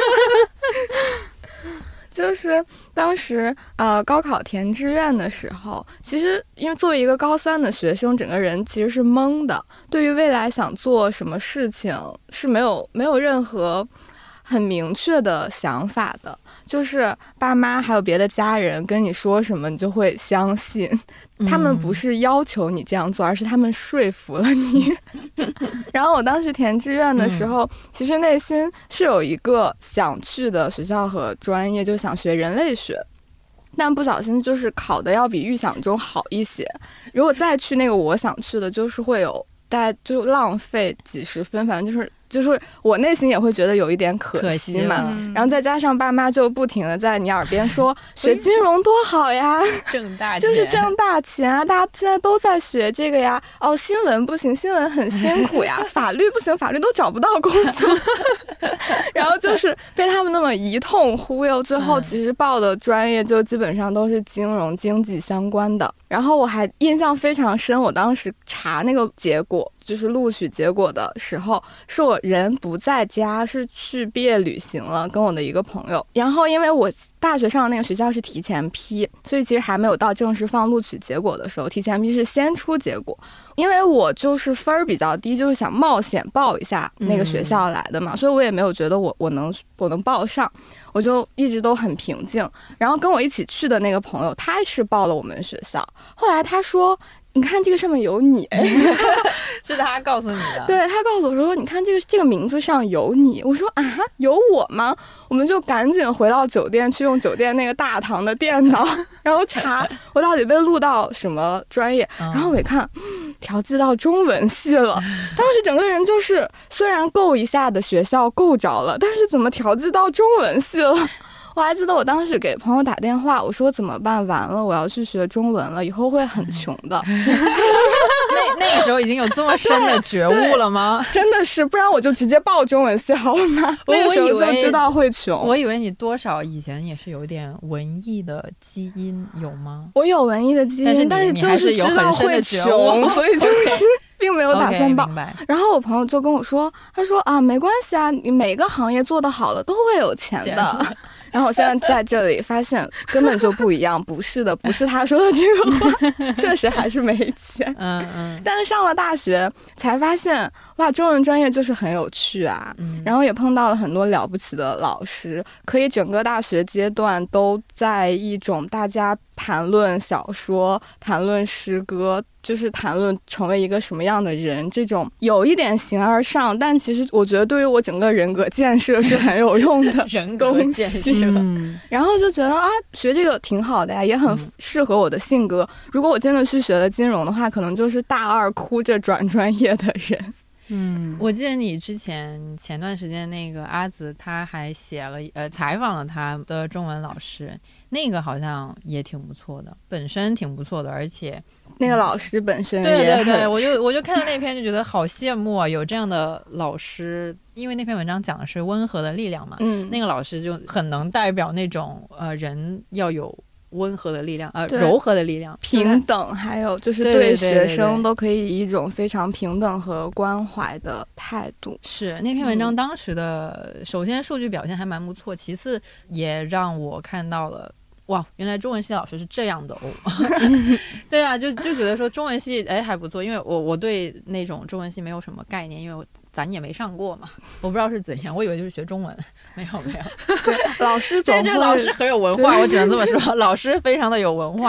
就是当时呃高考填志愿的时候，其实因为作为一个高三的学生，整个人其实是懵的，对于未来想做什么事情是没有没有任何很明确的想法的，就是爸妈还有别的家人跟你说什么你就会相信，他们不是要求你这样做，而是他们说服了你。然后我当时填志愿的时候、嗯、其实内心是有一个想去的学校和专业，就想学人类学，但不小心就是考的要比预想中好一些，如果再去那个我想去的，就是会有大概就浪费几十分，反正就是就是我内心也会觉得有一点可惜嘛， 惜然后再加上爸妈就不停的在你耳边说学金融多好呀， 挣大钱就是挣大钱啊，大家现在都在学这个呀。哦，新闻不行，新闻很辛苦呀。法律不行，法律都找不到工作。然后就是被他们那么一通忽悠，最后其实报的专业就基本上都是金融经济相关的。然后我还印象非常深，我当时查那个结果，就是录取结果的时候，是我人不在家，是去毕业旅行了，跟我的一个朋友。然后因为我大学上的那个学校是提前批，所以其实还没有到正式放录取结果的时候，提前批是先出结果。因为我就是分儿比较低，就是想冒险报一下那个学校来的嘛，嗯、所以我也没有觉得我我能我能报上，我就一直都很平静。然后跟我一起去的那个朋友，他是报了我们学校，后来他说你看这个上面有你。 是他告诉你的？ 对，他告诉我说你看这个这个名字上有你。我说啊，有我吗？我们就赶紧回到酒店去用酒店那个大堂的电脑然后查我到底被录到什么专业、嗯、然后我一看调剂到中文系了，当时整个人就是虽然够一下的学校够着了，但是怎么调剂到中文系了。我还记得我当时给朋友打电话，我说怎么办？完了，我要去学中文了，以后会很穷的。 那那个时候已经有这么深的觉悟了吗？ 真的是，不然我就直接报中文系好了吗？那个时候就知道会穷。 我以为你多少以前也是有点文艺的基因，有吗？ 我有文艺的基因，但是, 但是就是知道会穷，所以就是并没有打算报。 Okay, 然后我朋友就跟我说，他说啊，没关系啊，你每个行业做得好的都会有钱的。然后我现在在这里发现根本就不一样，不是的，不是他说的这个话，确实还是没钱。 嗯嗯。 但是上了大学才发现，哇，中文专业就是很有趣啊。嗯。然后也碰到了很多了不起的老师，可以整个大学阶段都在一种大家谈论小说、谈论诗歌，就是谈论成为一个什么样的人，这种有一点形而上，但其实我觉得对于我整个人格建设是很有用的人格建设。 嗯、然后就觉得啊，学这个挺好的呀，也很适合我的性格。如果我真的去学了金融的话，可能就是大二哭着转专业的人。 嗯，我记得你之前前段时间那个阿紫，他还写了呃采访了他的中文老师，那个好像也挺不错的，本身挺不错的，而且那个老师本身也对对对，我就我就看到那篇就觉得好羡慕啊，有这样的老师，因为那篇文章讲的是温和的力量嘛，嗯，那个老师就很能代表那种呃人要有温和的力量，呃，柔和的力量， 平等，还有就是对学生都可以以一种非常平等和关怀的态度。 是那篇文章当时的，嗯、首先数据表现还蛮不错，其次也让我看到了，哇，原来中文系的老师是这样的哦。对啊，就就觉得说中文系哎还不错，因为我我对那种中文系没有什么概念，因为我。咱也没上过嘛，我不知道是怎样，我以为就是学中文，没有没有。 对，老师总会， 这个老师很有文化，我只能这么说，老师非常的有文化。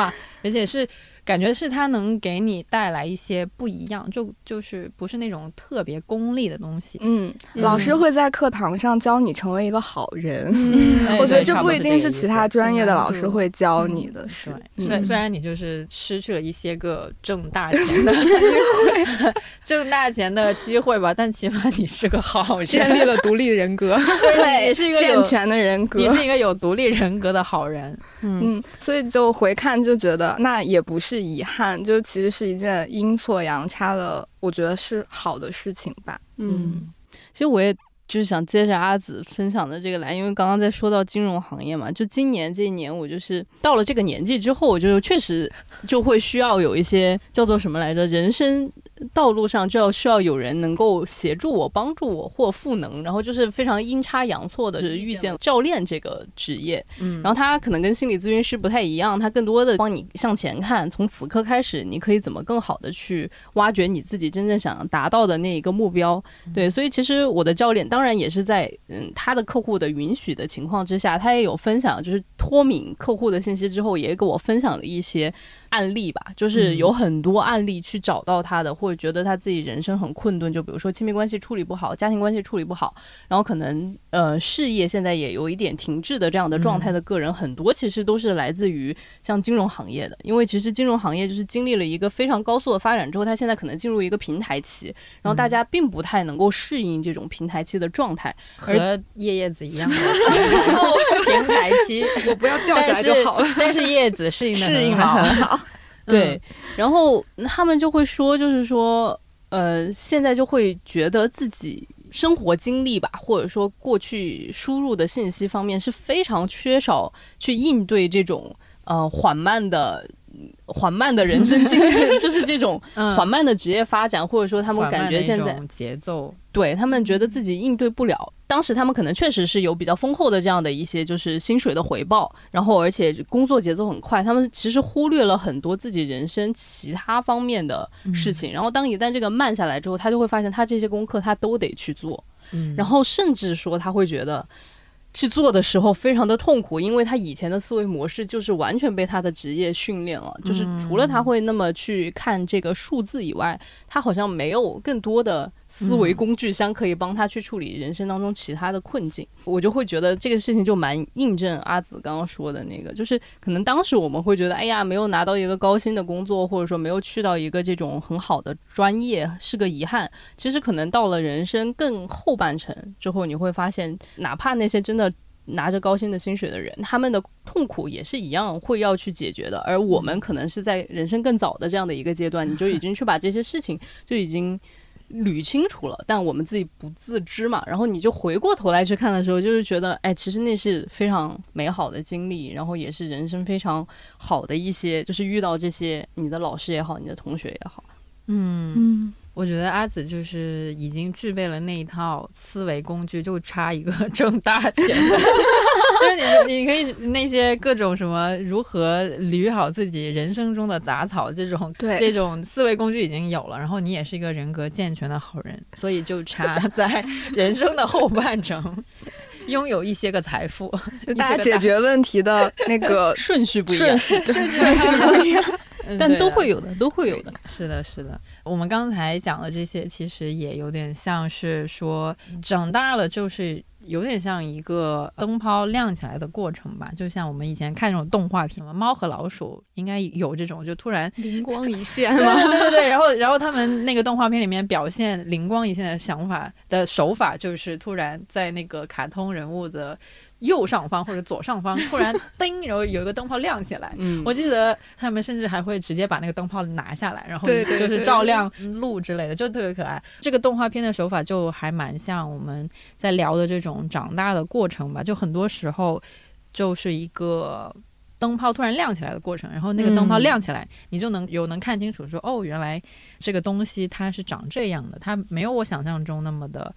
而且是感觉是它能给你带来一些不一样，就就是不是那种特别功利的东西。 嗯，老师会在课堂上教你成为一个好人。 嗯， 我觉得这不一定是其他专业的老师会教你的，是。 对，虽虽然你就是失去了一些个挣大钱的机会，挣大钱的机会吧，但起码你是个好人， 建立了独立人格， 对， 也是一个健全的人格， 你是一个有独立人格的好人。 嗯，嗯所以就回看就觉得那也不是遗憾，就其实是一件阴错阳差的，我觉得是好的事情吧。 嗯，其实我也就是想接着阿紫分享的这个来，因为刚刚在说到金融行业嘛，就今年这一年我就是到了这个年纪之后，我就确实就会需要有一些叫做什么来着，人生道路上就要需要有人能够协助我、帮助我或赋能，然后就是非常阴差阳错的是遇见教练这个职业。嗯，然后他可能跟心理咨询师不太一样，他更多的帮你向前看，从此刻开始你可以怎么更好的去挖掘你自己真正想达到的那一个目标。对，所以其实我的教练当然也是在嗯他的客户的允许的情况之下，他也有分享，就是脱敏客户的信息之后，也给我分享了一些案例吧，就是有很多案例去找到他的，或者觉得他自己人生很困顿，就比如说亲密关系处理不好，家庭关系处理不好，然后可能呃事业现在也有一点停滞的这样的状态的个人，很多其实都是来自于像金融行业的，因为其实金融行业就是经历了一个非常高速的发展之后，它现在可能进入一个平台期，然后大家并不太能够适应这种平台期的状态， 和叶叶子一样的平台期， 我不要掉下来就好了。 但是叶子适应的适应的很好。 对，然后他们就会说，就是说，呃，现在就会觉得自己生活经历吧，或者说过去输入的信息方面是非常缺少去应对这种呃缓慢的。缓慢的人生经历，就是这种缓慢的职业发展，或者说他们感觉现在节奏， 对他们觉得自己应对不了。当时他们可能确实是有比较丰厚的这样的一些就是薪水的回报，然后而且工作节奏很快，他们其实忽略了很多自己人生其他方面的事情。嗯、然后当一旦这个慢下来之后，他就会发现他这些功课他都得去做，嗯、然后甚至说他会觉得。去做的时候非常的痛苦，因为他以前的思维模式就是完全被他的职业训练了，就是除了他会那么去看这个数字以外，他好像没有更多的思维工具箱可以帮他去处理人生当中其他的困境。我就会觉得这个事情就蛮印证阿紫刚刚说的那个，就是可能当时我们会觉得哎呀没有拿到一个高薪的工作，或者说没有去到一个这种很好的专业是个遗憾，其实可能到了人生更后半程之后，你会发现哪怕那些真的拿着高薪的薪水的人，他们的痛苦也是一样会要去解决的，而我们可能是在人生更早的这样的一个阶段，你就已经去把这些事情就已经捋清楚了，但我们自己不自知嘛，然后你就回过头来去看的时候，就是觉得哎，其实那是非常美好的经历，然后也是人生非常好的一些，就是遇到这些你的老师也好，你的同学也好。 嗯嗯，我觉得阿紫就是已经具备了那一套思维工具，就差一个挣大钱的就是你你可以那些各种什么如何捋好自己人生中的杂草这种这种思维工具已经有了，然后你也是一个人格健全的好人，所以就差在人生的后半程拥有一些个财富， 就大家解决问题的那个顺序不一样， 顺序顺序不一样但都会有的，都会有的。 是的，是的。我们刚才讲的这些，其实也有点像是说，长大了就是有点像一个灯泡亮起来的过程吧。就像我们以前看那种动画片嘛，猫和老鼠应该有这种，就突然灵光一现嘛。 对对对对。然后，然后他们那个动画片里面表现灵光一现的想法的手法，就是突然在那个卡通人物的右上方或者左上方突然叮，然后有一个灯泡亮起来。嗯，我记得他们甚至还会直接把那个灯泡拿下来，然后就是照亮路之类的，就特别可爱。这个动画片的手法就还蛮像我们在聊的这种长大的过程吧，就很多时候就是一个灯泡突然亮起来的过程，然后那个灯泡亮起来，嗯、你就能有能看清楚说，哦，原来这个东西它是长这样的，它没有我想象中那么的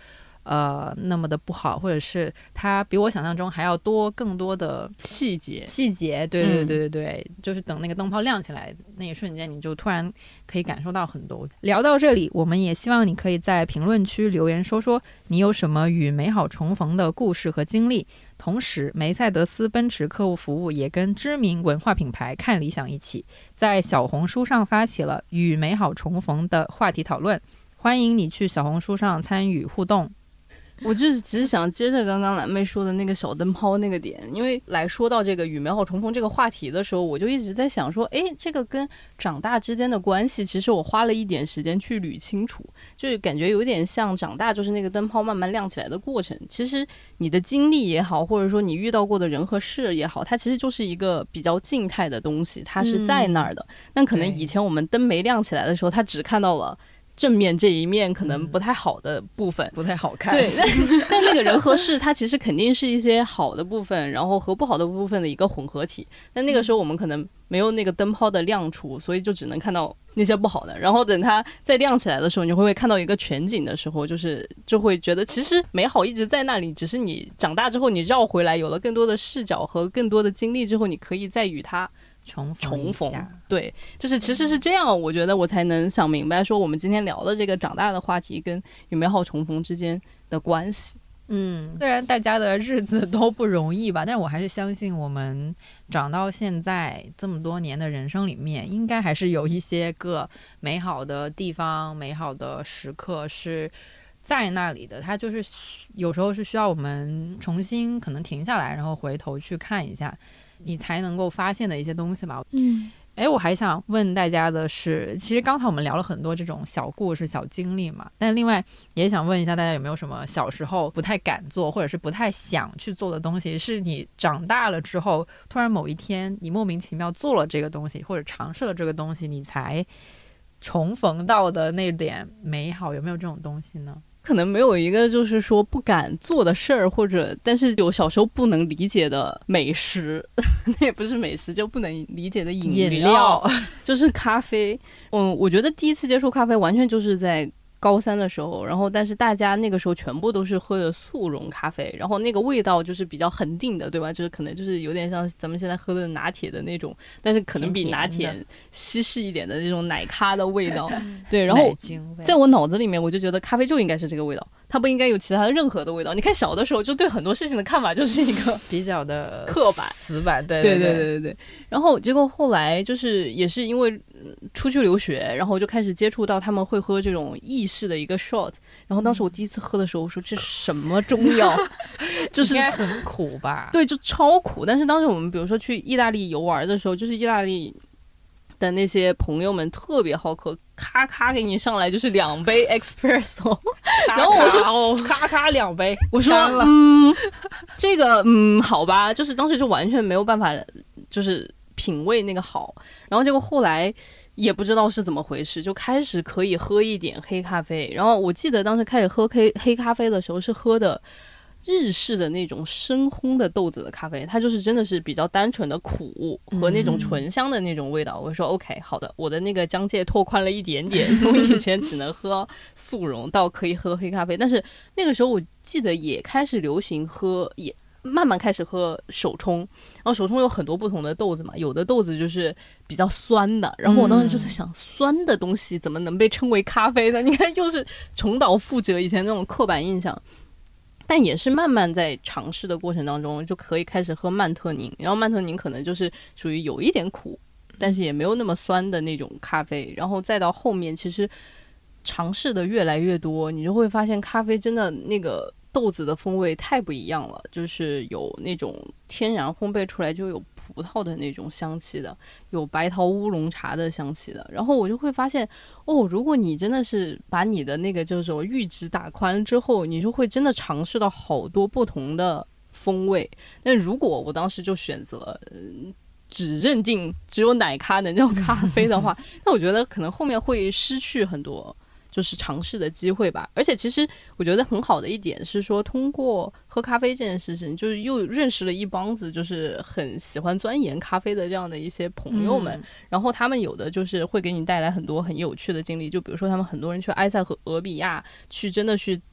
呃那么的不好，或者是它比我想象中还要多更多的细节细节。对对对对对、嗯、就是等那个灯泡亮起来那一瞬间，你就突然可以感受到很多。聊到这里，我们也希望你可以在评论区留言说说你有什么与美好重逢的故事和经历。同时，梅赛德斯奔驰客户服务也跟知名文化品牌看理想一起，在小红书上发起了与美好重逢的话题讨论，欢迎你去小红书上参与互动。 我就是只是想接着刚刚蓝妹说的那个小灯泡那个点，因为来说到这个与美好重逢这个话题的时候，我就一直在想说，哎，这个跟长大之间的关系，其实我花了一点时间去捋清楚，就是感觉有点像长大就是那个灯泡慢慢亮起来的过程。其实你的经历也好，或者说你遇到过的人和事也好，它其实就是一个比较静态的东西，它是在那儿的。但、嗯、可能以前我们灯没亮起来的时候，它只看到了正面这一面可能不太好的部分、嗯、 不太好看。 对，但但那个人和事它其实肯定是一些好的部分，然后和不好的部分的一个混合体。但那个时候我们可能没有那个灯泡的亮处，所以就只能看到那些不好的。然后等它再亮起来的时候，你会看到一个全景的时候，就是就会觉得其实美好一直在那里，只是你长大之后你绕回来，有了更多的视角和更多的经历之后，你可以再与它重逢重逢。对，就是其实是这样，我觉得我才能想明白说我们今天聊的这个长大的话题跟与美好重逢之间的关系。 嗯，虽然大家的日子都不容易吧，但是我还是相信我们长到现在这么多年的人生里面，应该还是有一些个美好的地方、美好的时刻是在那里的。它就是有时候是需要我们重新可能停下来，然后回头去看一下，你才能够发现的一些东西吧。 嗯， 哎，我还想问大家的是，其实刚才我们聊了很多这种小故事、小经历嘛，但另外也想问一下大家，有没有什么小时候不太敢做，或者是不太想去做的东西，是你长大了之后，突然某一天你莫名其妙做了这个东西，或者尝试了这个东西，你才重逢到的那点美好，有没有这种东西呢？ 可能没有一个就是说不敢做的事儿，或者但是有小时候不能理解的美食那也不是美食，就不能理解的饮料, 饮料就是咖啡。嗯，我觉得第一次接触咖啡完全就是在高三的时候，然后但是大家那个时候全部都是喝的速溶咖啡，然后那个味道就是比较恒定的，对吧？就是可能就是有点像咱们现在喝的拿铁的那种，但是可能比拿铁稀释一点的那种奶咖的味道。对，然后在我脑子里面我就觉得咖啡就应该是这个味道，它不应该有其他的任何的味道。你看小的时候就对很多事情的看法就是一个比较的刻板死板。对对对对对对。然后结果后来就是也是因为出去留学，然后就开始接触到他们会喝这种意式的一个 shot， 然后当时我第一次喝的时候我说这是什么中药就是应该很苦吧。 对，就超苦。但是当时我们比如说去意大利游玩的时候，就是意大利的那些朋友们特别好客，咔咔给你上来就是两杯 espresso 然后我说咔咔两杯， 我说嗯这个嗯好吧，就是当时就完全没有办法就是品味那个好。然后结果后来也不知道是怎么回事，就开始可以喝一点黑咖啡。然后我记得当时开始喝黑黑咖啡的时候是喝的日式的那种深烘的豆子的咖啡，它就是真的是比较单纯的苦和那种醇香的那种味道。嗯、我说 OK 好的，我的那个疆界拓宽了一点点，从以前只能喝速溶到可以喝黑咖啡。但是那个时候我记得也开始流行喝，也慢慢开始喝手冲，然后手冲有很多不同的豆子嘛，有的豆子就是比较酸的，然后我当时就在想、嗯、酸的东西怎么能被称为咖啡呢？你看又是重蹈覆辙以前那种刻板印象。但也是慢慢在尝试的过程当中就可以开始喝曼特宁，然后曼特宁可能就是属于有一点苦但是也没有那么酸的那种咖啡，然后再到后面其实尝试的越来越多，你就会发现咖啡真的那个豆子的风味太不一样了，就是有那种天然烘焙出来就有葡萄的那种香气的，有白桃乌龙茶的香气的。然后我就会发现哦，如果你真的是把你的那个这种阈值打宽之后，你就会真的尝试到好多不同的风味。但如果我当时就选择、呃、只认定只有奶咖能叫咖啡的话那我觉得可能后面会失去很多就是尝试的机会吧。而且其实我觉得很好的一点是说，通过喝咖啡这件事情，就是又认识了一帮子就是很喜欢钻研咖啡的这样的一些朋友们、嗯、然后他们有的就是会给你带来很多很有趣的经历，就比如说他们很多人去埃塞俄比亚去真的去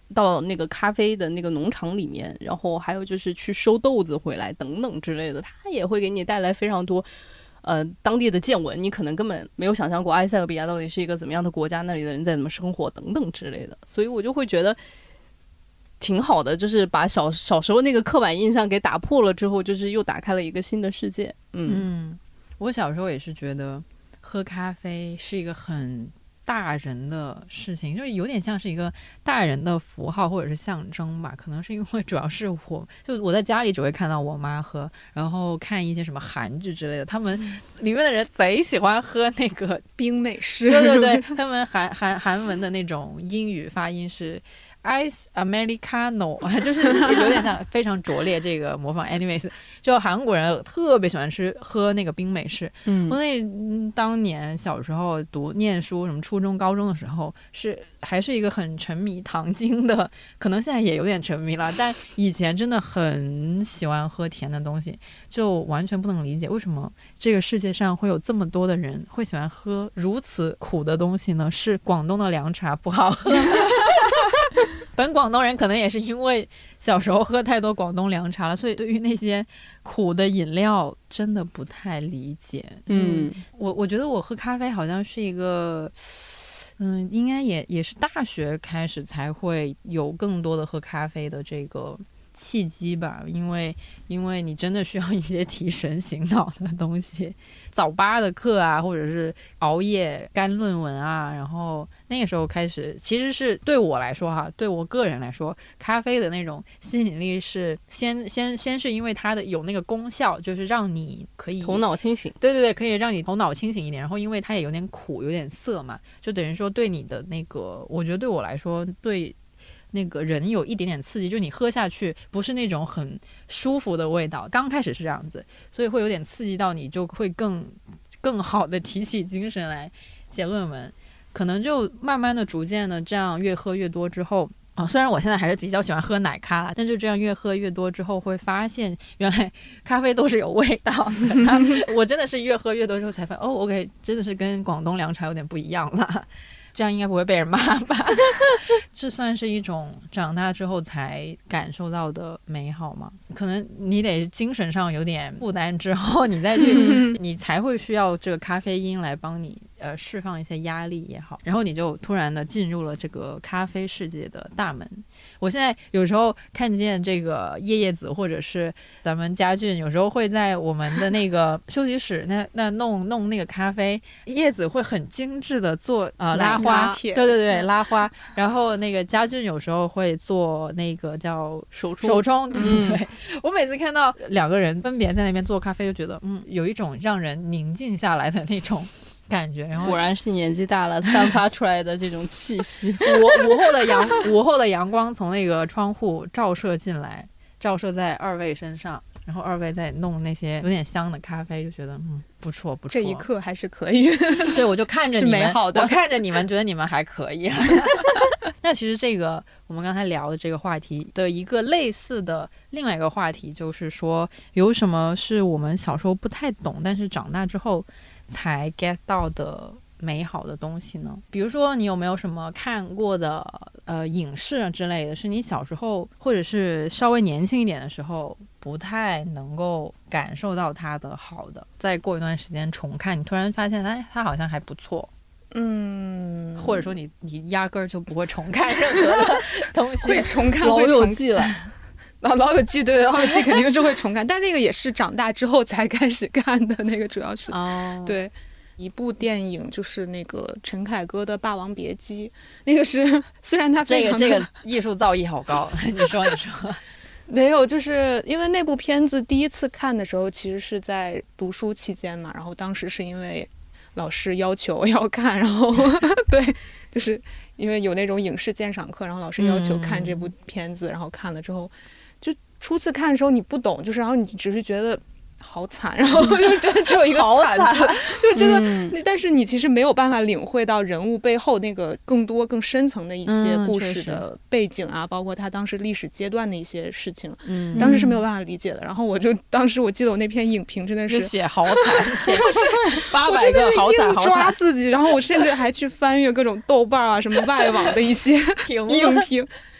到那个咖啡的那个农场里面，然后还有就是去收豆子回来等等之类的，它也会给你带来非常多呃当地的见闻，你可能根本没有想象过埃塞俄比亚到底是一个怎么样的国家，那里的人在怎么生活等等之类的，所以我就会觉得挺好的，就是把小小时候那个刻板印象给打破了之后，就是又打开了一个新的世界。嗯嗯，我小时候也是觉得喝咖啡是一个很大人的事情，就是有点像是一个大人的符号或者是象征吧。可能是因为主要是我就我在家里只会看到我妈喝，然后看一些什么韩剧之类的，他们里面的人贼喜欢喝那个冰美式， 对对对，他们韩韩韩文的那种英语发音是Ice Americano， 就是有点像非常拙劣这个模仿 anyways， 就韩国人特别喜欢吃喝那个冰美式。嗯，我那、嗯、当年小时候读念书什么初中高中的时候是还是一个很沉迷糖精的，可能现在也有点沉迷了，但以前真的很喜欢喝甜的东西，就完全不能理解为什么这个世界上会有这么多的人会喜欢喝如此苦的东西呢？是广东的凉茶不好喝本广东人可能也是因为小时候喝太多广东凉茶了，所以对于那些苦的饮料真的不太理解。嗯，我我觉得我喝咖啡好像是一个嗯，应该也也是大学开始才会有更多的喝咖啡的这个契机吧，因为因为你真的需要一些提神醒脑的东西，早八的课啊，或者是熬夜干论文啊，然后那个时候开始，其实是对我来说哈，对我个人来说，咖啡的那种吸引力是先先先是因为它的有那个功效，就是让你可以头脑清醒， 对对对，可以让你头脑清醒一点，然后因为它也有点苦，有点涩嘛，就等于说对你的那个，我觉得对我来说对。那个人有一点点刺激，就你喝下去不是那种很舒服的味道，刚开始是这样子，所以会有点刺激到你，就会更更好的提起精神来写论文，可能就慢慢的逐渐的这样越喝越多之后啊，虽然我现在还是比较喜欢喝奶咖，但就这样越喝越多之后会发现原来咖啡都是有味道的我真的是越喝越多之后才发现哦 OK 真的是跟广东凉茶有点不一样了，这样应该不会被人骂吧这算是一种长大之后才感受到的美好吗？可能你得精神上有点负担之后你再去你才会需要这个咖啡因来帮你呃释放一些压力也好，然后你就突然的进入了这个咖啡世界的大门。我现在有时候看见这个叶叶子或者是咱们家俊有时候会在我们的那个休息室那那弄弄那个咖啡，叶子会很精致的做呃拉花，对对对拉花，然后那个家俊有时候会做那个叫手冲手冲，对对对、嗯、我每次看到两个人分别在那边做咖啡就觉得嗯有一种让人宁静下来的那种感觉，然后果然是年纪大了散发出来的这种气息午午后的阳午后的阳光从那个窗户照射进来，照射在二位身上，然后二位在弄那些有点香的咖啡，就觉得嗯不错不错， 这一刻还是可以对，我就看着你们是美好的， 我看着你们觉得你们还可以那其实这个我们刚才聊的这个话题的一个类似的另外一个话题就是说，有什么是我们小时候不太懂但是长大之后才 get 到的美好的东西呢？比如说你有没有什么看过的呃影视啊之类的，是你小时候或者是稍微年轻一点的时候不太能够感受到它的好的，再过一段时间重看，你突然发现哎它好像还不错。 嗯， 或者说你你压根儿就不会重看任何的东西会重看老友记了老老友记，对，老友记肯定是会重看但那个也是长大之后才开始看的，那个主要是、哦、对一部电影，就是那个陈凯歌的《霸王别姬》，那个是虽然他非常这个这个艺术造诣好高你说你说没有，就是因为那部片子第一次看的时候其实是在读书期间嘛，然后当时是因为老师要求要看，然后对，就是因为有那种影视鉴赏课，然后老师要求看这部片子、嗯、然后看了之后，就初次看的时候你不懂，就是然后你只是觉得好惨，然后就真的只有一个惨字就真的、嗯、但是你其实没有办法领会到人物背后那个更多更深层的一些故事的背景啊、嗯、包括他当时历史阶段的一些事情、嗯、当时是没有办法理解的。然后我就当时我记得我那篇影评真的是写好惨写八百个好惨好惨，我真的是硬抓自己，然后我甚至还去翻阅各种豆瓣啊什么外网的一些影评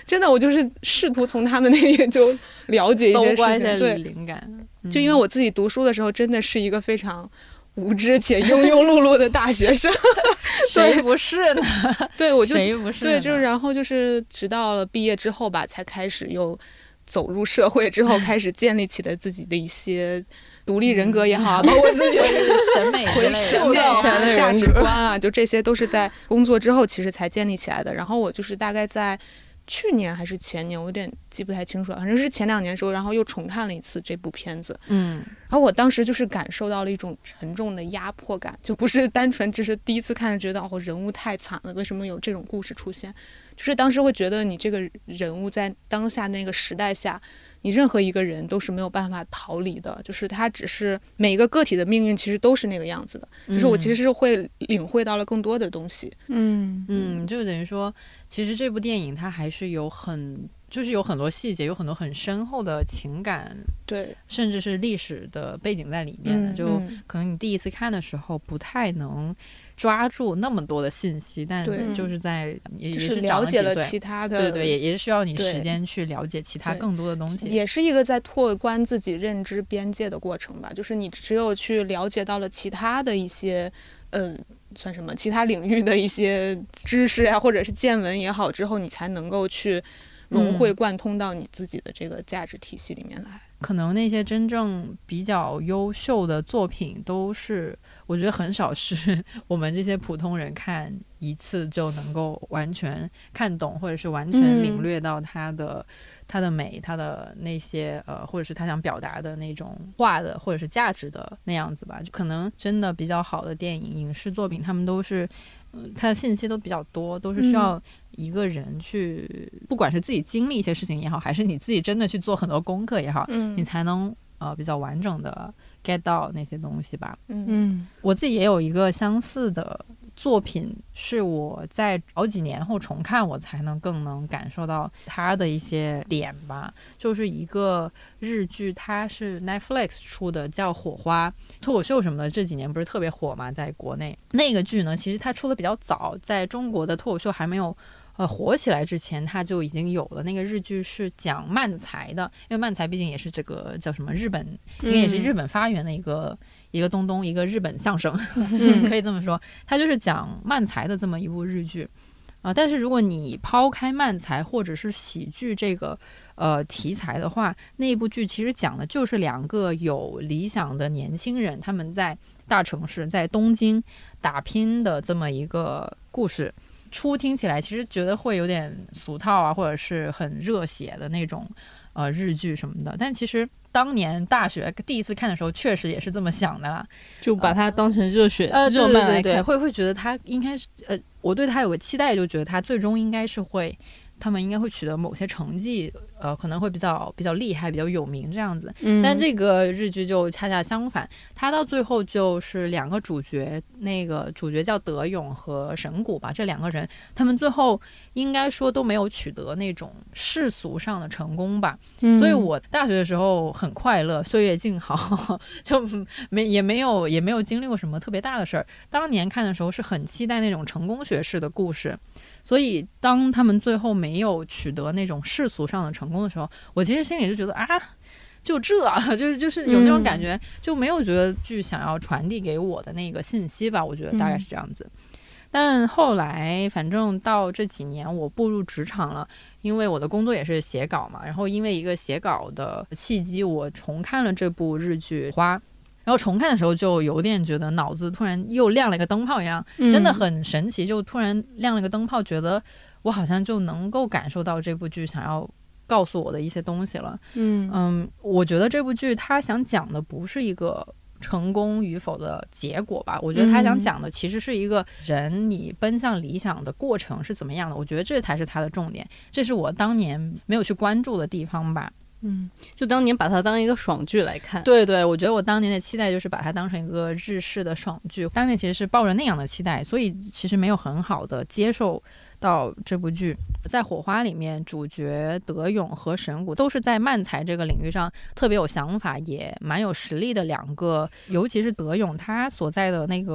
真的，我就是试图从他们那里就了解一些事情，对灵感。嗯、 就因为我自己读书的时候，真的是一个非常无知且庸庸碌碌的大学生， 谁不是呢？ 对，我就谁不是呢？ 对，就是然后就是直到了毕业之后吧，才开始又走入社会之后，开始建立起了自己的一些独立人格也好，嗯、包括自己的审美之类的、 审美啊、价值观啊，就这些都是在工作之后其实才建立起来的。然后我就是大概在去年还是前年，我有点记不太清楚了，反正是前两年的时候，然后又重看了一次这部片子。 嗯， 然后我当时就是感受到了一种沉重的压迫感，就不是单纯只是第一次看觉得哦人物太惨了，为什么有这种故事出现？就是当时会觉得你这个人物在当下那个时代下，你任何一个人都是没有办法逃离的，就是他只是每一个个体的命运其实都是那个样子的，嗯、就是我其实是会领会到了更多的东西。 嗯嗯，就等于说其实这部电影它还是有很就是有很多细节，有很多很深厚的情感， 对， 甚至是历史的背景在里面的、嗯、就可能你第一次看的时候不太能抓住那么多的信息，但就是在也就是是了解了其他的， 对对，也也是需要你时间去了解其他更多的东西， 也是一个在拓宽自己认知边界的过程吧。就是你只有去了解到了其他的一些，呃，算什么其他领域的一些知识啊，或者是见闻也好，之后你才能够去融会贯通到你自己的这个价值体系里面来。嗯、 可能那些真正比较优秀的作品都是我觉得很少是我们这些普通人看一次就能够完全看懂，或者是完全领略到它的、嗯、它的美，它的那些呃，或者是他想表达的那种画的或者是价值的那样子吧。就可能真的比较好的电影影视作品，他们都是呃，它的信息都比较多，都是需要一个人去、嗯、不管是自己经历一些事情也好，还是你自己真的去做很多功课也好、嗯、你才能呃比较完整的 get 到那些东西吧。 嗯， 我自己也有一个相似的作品，是我在好几年后重看我才能更能感受到它的一些点吧。就是一个日剧，它是 Netflix 出的，叫《火花》，脱口秀什么的这几年不是特别火嘛，在国内。那个剧呢其实它出的比较早，在中国的脱口秀还没有呃火起来之前，它就已经有了。那个日剧是讲漫才的，因为漫才毕竟也是这个叫什么日本，应该也是日本发源的一个、嗯、一个东东，一个日本相声、嗯、可以这么说。它就是讲漫才的这么一部日剧啊、呃，但是如果你抛开漫才或者是喜剧这个呃题材的话，那部剧其实讲的就是两个有理想的年轻人，他们在大城市在东京打拼的这么一个故事。初听起来其实觉得会有点俗套啊，或者是很热血的那种呃日剧什么的，但其实当年大学第一次看的时候确实也是这么想的啦， 就把它当成热血、 呃、 热漫来看， 对对对，会会觉得它应该是呃，我对它有个期待，就觉得它最终应该是会他们应该会取得某些成绩，呃，可能会比较比较厉害，比较有名这样子。嗯，但这个日剧就恰恰相反，它到最后就是两个主角，那个主角叫德勇和神谷吧，这两个人，他们最后应该说都没有取得那种世俗上的成功吧。嗯，所以我大学的时候很快乐，岁月静好，就没也没有也没有经历过什么特别大的事儿。当年看的时候是很期待那种成功学式的故事。所以当他们最后没有取得那种世俗上的成功的时候，我其实心里就觉得啊，就这就是就是有那种感觉、嗯、就没有觉得剧想要传递给我的那个信息吧，我觉得大概是这样子、嗯、但后来反正到这几年我步入职场了，因为我的工作也是写稿嘛，然后因为一个写稿的契机，我重看了这部日剧《花》，然后重看的时候就有点觉得脑子突然又亮了一个灯泡一样，真的很神奇，就突然亮了一个灯泡，觉得我好像就能够感受到这部剧想要告诉我的一些东西了。嗯嗯，我觉得这部剧它想讲的不是一个成功与否的结果吧，我觉得他想讲的其实是一个人你奔向理想的过程是怎么样的，我觉得这才是他的重点，这是我当年没有去关注的地方吧。 嗯，就当年把它当一个爽剧来看。 对对，我觉得我当年的期待就是把它当成一个日式的爽剧，当年其实是抱着那样的期待，所以其实没有很好的接受到这部剧。在火花里面，主角德勇和神谷都是在漫才这个领域上特别有想法也蛮有实力的两个，尤其是德勇他所在的那个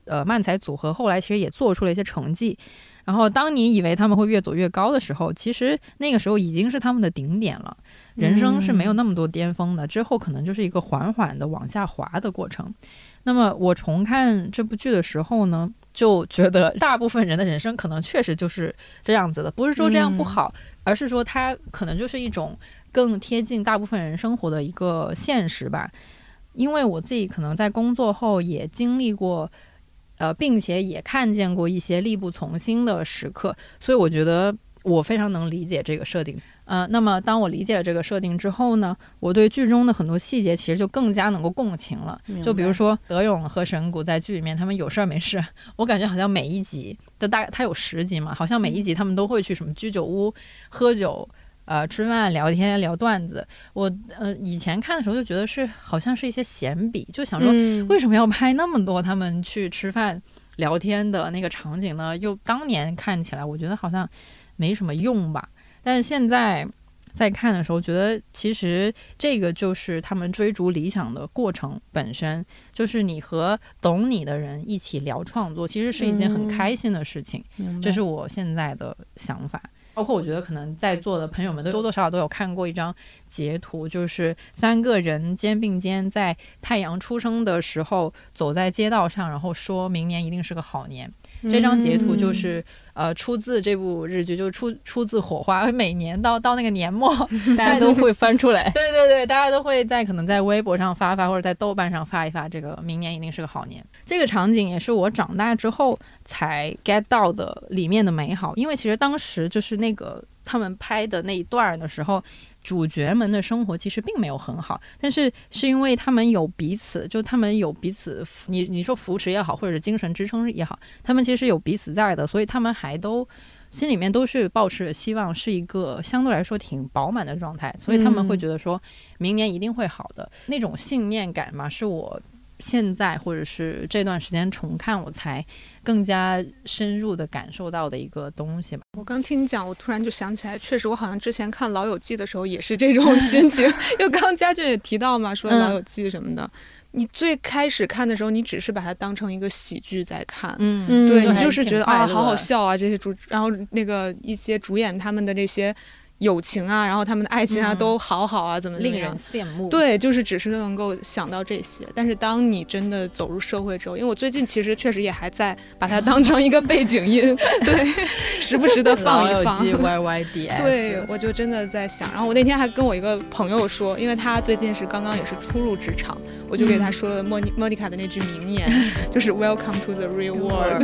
呃漫才组合后来其实也做出了一些成绩。然后当你以为他们会越走越高的时候，其实那个时候已经是他们的顶点了。人生是没有那么多巅峰的，之后可能就是一个缓缓的往下滑的过程。那么我重看这部剧的时候呢，就觉得大部分人的人生可能确实就是这样子的，不是说这样不好，嗯、而是说它可能就是一种更贴近大部分人生活的一个现实吧。因为我自己可能在工作后也经历过呃，并且也看见过一些力不从心的时刻，所以我觉得我非常能理解这个设定。呃，那么当我理解了这个设定之后呢，我对剧中的很多细节其实就更加能够共情了。就比如说德勇和神谷在剧里面，他们有事儿没事，我感觉好像每一集的大概他有十集嘛，好像每一集他们都会去什么居酒屋喝酒。呃，吃饭聊天聊段子，我呃以前看的时候就觉得是好像是一些闲笔，就想说为什么要拍那么多他们去吃饭聊天的那个场景呢？又当年看起来我觉得好像没什么用吧，但是现在在看的时候，觉得其实这个就是他们追逐理想的过程本身，就是你和懂你的人一起聊创作，其实是一件很开心的事情，嗯、这是我现在的想法。包括我觉得可能在座的朋友们都多多少少都有看过一张截图，就是三个人肩并肩在太阳出生的时候走在街道上，然后说明年一定是个好年。这张截图就是呃出自这部日剧，就出出自火花，每年到到那个年末大家都会翻出来对对对，大家都会在可能在微博上发发或者在豆瓣上发一发，这个明年一定是个好年。这个场景也是我长大之后才 get 到的里面的美好，因为其实当时就是那个他们拍的那一段的时候，主角们的生活其实并没有很好，但是是因为他们有彼此，就他们有彼此，你你说扶持也好，或者是精神支撑也好，他们其实有彼此在的，所以他们还都心里面都是抱持希望是一个相对来说挺饱满的状态，所以他们会觉得说明年一定会好的、嗯、那种信念感嘛，是我现在或者是这段时间重看我才更加深入的感受到的一个东西吧。 我刚听你讲，我突然就想起来，确实我好像之前看《老友记》的时候也是这种心情因为刚刚家俊也提到嘛，说《老友记》什么的、嗯、你最开始看的时候你只是把它当成一个喜剧在看，嗯，对，你就是觉得啊好好笑啊这些主，然后那个一些主演他们的这些友情啊，然后他们的爱情啊、嗯、都好好啊，怎么怎么样， 令人羡慕。 对，就是只是能够想到这些。但是当你真的走入社会之后，因为我最近其实确实也还在把它当成一个背景音，对，时不时的放一放。 Y Y D S 对，我就真的在想。然后我那天还跟我一个朋友说，因为他最近是刚刚也是初入职场，我就给他说了莫妮莫妮卡的那句名言，就是 Welcome to the real world.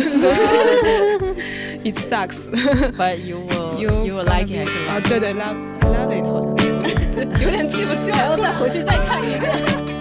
It sucks, but you will you, you will like it. 啊，对对 ，love love it 好像有点记不清， 还要再回去再看一遍。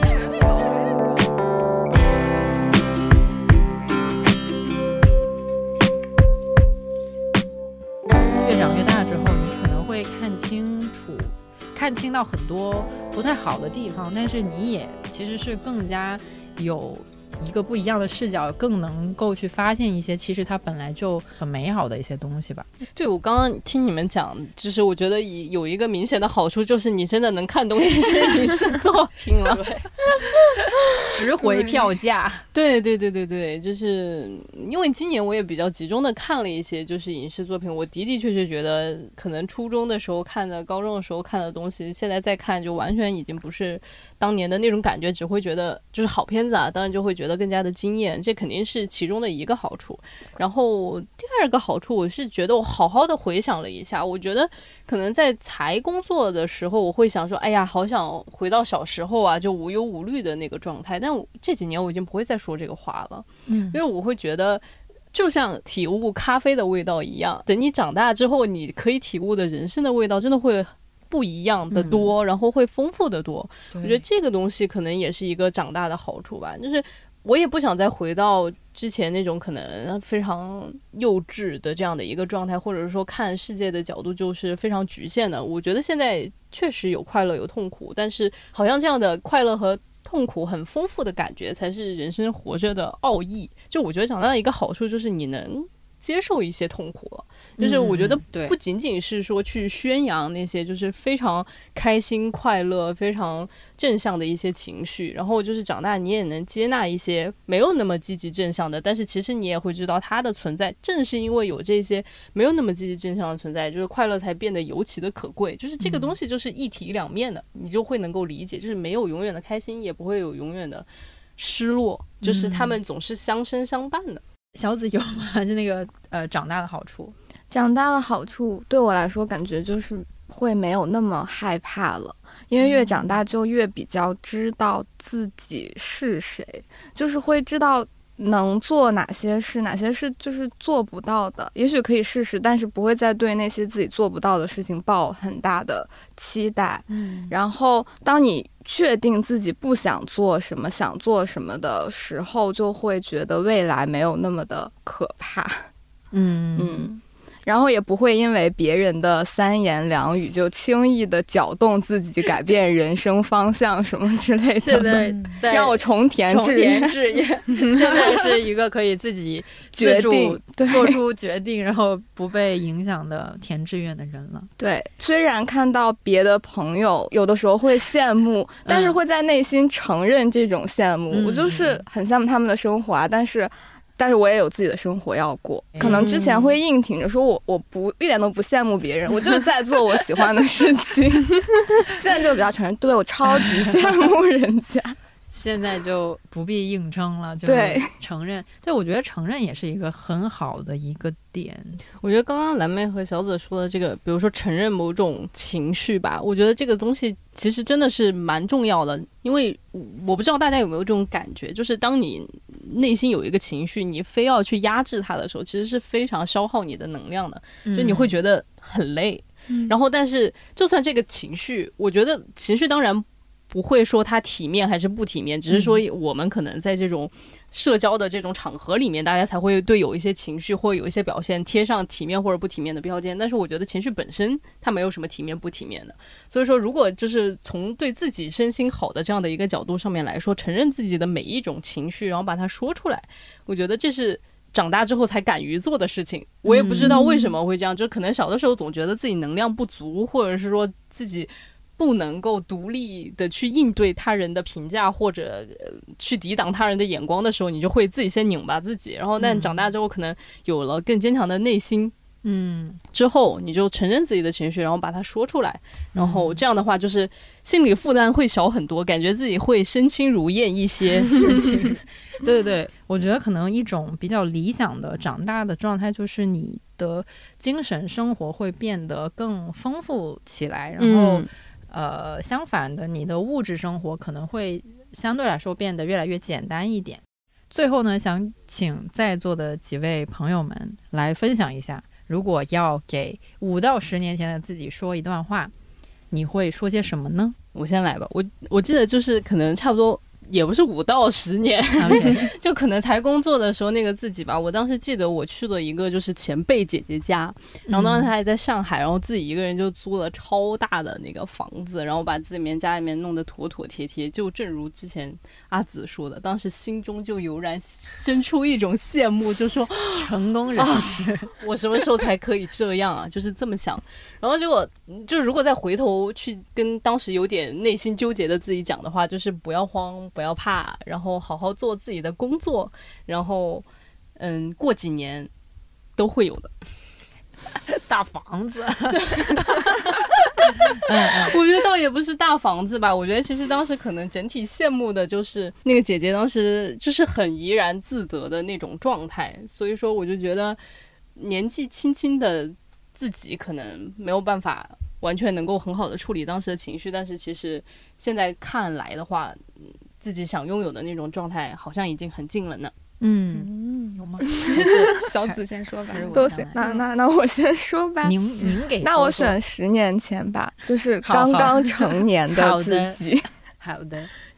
越长越大之后，你可能会看清楚，看清到很多不太好的地方，但是你也其实是更加有一个不一样的视角，更能够去发现一些其实它本来就很美好的一些东西吧。 对，我刚刚听你们讲，就是我觉得有一个明显的好处，就是你真的能看懂一些影视作品了值回票价。 对对对对对，就是因为今年我也比较集中的看了一些就是影视作品，我的的确确觉得可能初中的时候看的，高中的时候看的东西，现在再看就完全已经不是当年的那种感觉，只会觉得就是好片子啊，当然就会觉得更加的惊艳，这肯定是其中的一个好处。然后第二个好处，我是觉得我好好的回想了一下，我觉得可能在才工作的时候，我会想说，哎呀，好想回到小时候啊，就无忧无虑的那个状态。但这几年我已经不会再说这个话了，嗯，因为我会觉得就像体悟咖啡的味道一样，等你长大之后，你可以体悟的人生的味道真的会不一样的多、嗯、然后会丰富的多。我觉得这个东西可能也是一个长大的好处吧，就是我也不想再回到之前那种可能非常幼稚的这样的一个状态，或者说看世界的角度就是非常局限的。我觉得现在确实有快乐有痛苦，但是好像这样的快乐和痛苦很丰富的感觉才是人生活着的奥义。就我觉得长大的一个好处就是你能接受一些痛苦了。就是我觉得对不仅仅是说去宣扬那些就是非常开心快乐非常正向的一些情绪，然后就是长大你也能接纳一些没有那么积极正向的，但是其实你也会知道它的存在，正是因为有这些没有那么积极正向的存在，就是快乐才变得尤其的可贵。就是这个东西就是一体两面的，你就会能够理解，就是没有永远的开心，也不会有永远的失落，就是他们总是相生相伴的。 小紫有吗？就那个呃长大的好处。 长大的好处对我来说感觉就是会没有那么害怕了，因为越长大就越比较知道自己是谁，就是会知道能做哪些事，哪些事就是做不到的，也许可以试试，但是不会再对那些自己做不到的事情抱很大的期待。嗯，然后当你确定自己不想做什么想做什么的时候，就会觉得未来没有那么的可怕。嗯嗯，然后也不会因为别人的三言两语就轻易的搅动自己改变人生方向什么之类的。 现在让我重填志愿， 重填志愿现在是一个可以自己决定做出决定然后不被影响的填志愿的人了。 对，虽然看到别的朋友有的时候会羡慕，但是会在内心承认这种羡慕、嗯、我就是很羡慕他们的生活啊，但是但是我也有自己的生活要过，可能之前会硬挺着说我我不一点都不羡慕别人，我就是在做我喜欢的事情现在就比较承认，对，我超级羡慕人家现在就不必硬撑了，就承认。 对, 对我觉得承认也是一个很好的一个点。 我觉得刚刚蓝妹和小紫说的这个比如说承认某种情绪吧，我觉得这个东西其实真的是蛮重要的，因为我不知道大家有没有这种感觉，就是当你内心有一个情绪你非要去压制它的时候，其实是非常消耗你的能量的，就你会觉得很累、嗯、然后但是就算这个情绪，我觉得情绪当然不会说它体面还是不体面，只是说我们可能在这种社交的这种场合里面，大家才会对有一些情绪或有一些表现贴上体面或者不体面的标签，但是我觉得情绪本身它没有什么体面不体面的。所以说如果就是从对自己身心好的这样的一个角度上面来说，承认自己的每一种情绪然后把它说出来，我觉得这是长大之后才敢于做的事情。我也不知道为什么会这样，就可能小的时候总觉得自己能量不足，或者是说自己不能够独立的去应对他人的评价或者、呃、去抵挡他人的眼光的时候，你就会自己先拧巴自己，然后但长大之后可能有了更坚强的内心，嗯，之后你就承认自己的情绪，然后把它说出来，然后这样的话就是心理负担会小很多，感觉自己会身轻如燕一些事情对对对，我觉得可能一种比较理想的长大的状态就是你的精神生活会变得更丰富起来，然后、嗯呃，相反的，你的物质生活可能会相对来说变得越来越简单一点。最后呢，想请在座的几位朋友们来分享一下，如果要给五到十年前的自己说一段话，你会说些什么呢？ 我先来吧，我我记得就是可能差不多也不是五到十年，okay. 就可能才工作的时候那个自己吧。我当时记得我去了一个就是前辈姐姐家，然后当时她还在上海，然后自己一个人就租了超大的那个房子，然后把自己面家里面弄得妥妥帖帖。就正如之前阿紫说的，当时心中就油然生出一种羡慕，就说成功人士、啊、 我什么时候才可以这样啊？就是这么想。然后结果就如果再回头去跟当时有点内心纠结的自己讲的话，就是不要慌，不要怕，然后好好做自己的工作，然后嗯，过几年都会有的。 大房子我觉得倒也不是大房子吧，我觉得其实当时可能整体羡慕的就是那个姐姐当时就是很怡然自得的那种状态，所以说我就觉得年纪轻轻的自己可能没有办法完全能够很好的处理当时的情绪，但是其实现在看来的话，自己想拥有的那种状态好像已经很近了呢。 嗯，有吗？ 小紫先说吧。 都行，那那那我先说吧。 您您给说说， 那我选十年前吧，就是刚刚成年的自己。 好的。好的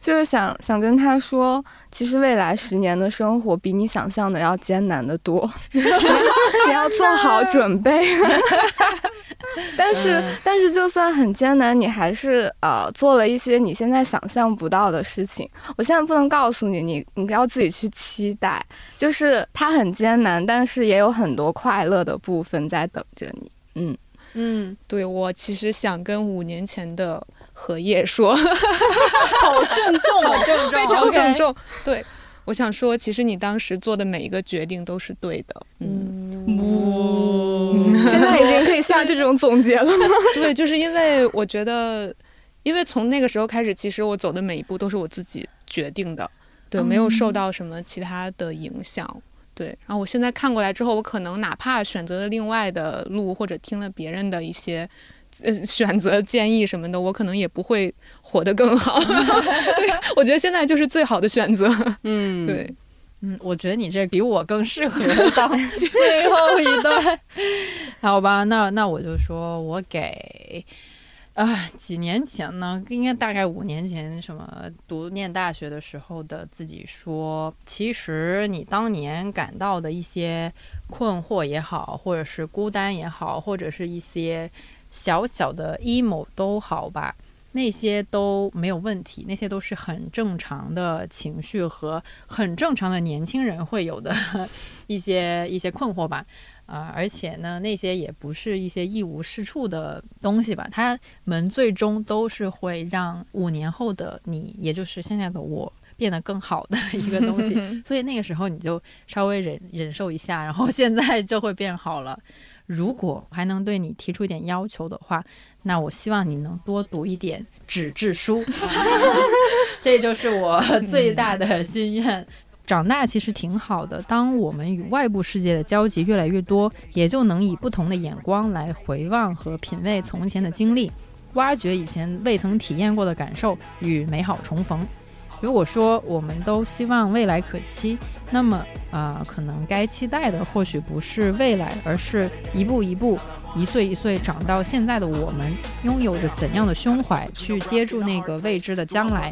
就是想想跟他说，其实未来十年的生活比你想象的要艰难得多，你要做好准备。但是、嗯、但是就算很艰难，你还是呃做了一些你现在想象不到的事情。我现在不能告诉你，你你要自己去期待。就是它很艰难，但是也有很多快乐的部分在等着你。嗯嗯，对，我其实想跟五年前的荷叶说， 好郑重，好郑重， 非常郑重。Okay. 对，我想说，其实你当时做的每一个决定都是对的。嗯， 嗯现在已经可以下这种总结了吗？ 对，就是因为我觉得，因为从那个时候开始，其实我走的每一步都是我自己决定的，对，没有受到什么其他的影响。对，然后我现在看过来之后，我可能哪怕选择了另外的路，或者听了别人的一些呃选择建议什么的，我可能也不会活得更好。我觉得现在就是最好的选择。嗯，对， 嗯，我觉得你这比我更适合当最后一段。好吧，那那我就说我给。啊，几年前呢，应该大概五年前，什么读念大学的时候的自己说，其实你当年感到的一些困惑也好，或者是孤单也好，或者是一些小小的 emo 都好吧，那些都没有问题，那些都是很正常的情绪和很正常的年轻人会有的一些一些困惑吧。呃，而且呢，那些也不是一些一无是处的东西吧，他们最终都是会让五年后的你，也就是现在的我，变得更好的一个东西。所以那个时候你就稍微忍忍受一下，然后现在就会变好了。如果还能对你提出一点要求的话，那我希望你能多读一点纸质书。这就是我最大的心愿。长大其实挺好的，当我们与外部世界的交集越来越多，也就能以不同的眼光来回望和品味从前的经历，挖掘以前未曾体验过的感受，与美好重逢。如果说我们都希望未来可期，那么呃，可能该期待的或许不是未来，而是一步一步一岁一岁长到现在的我们，拥有着怎样的胸怀去接住那个未知的将来。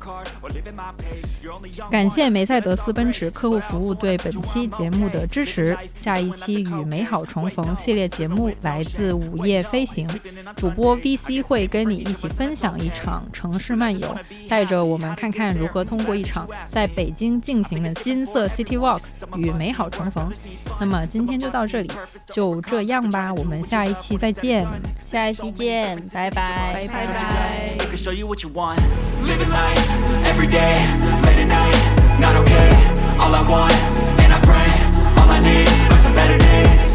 感谢梅赛德斯奔驰客户服务对本期节目的支持。下一期与美好重逢系列节目来自午夜飞行，主播 V C 会跟你一起分享一场城市漫游，带着我们看看如何通过一场在北京进行的金色 City Walk 与美好重逢。那么今天就到这里，就这样吧，我们下一期再见。 下一期见，拜拜， 拜拜拜。 Not okay, all I want, and I pray, all I need are some better days.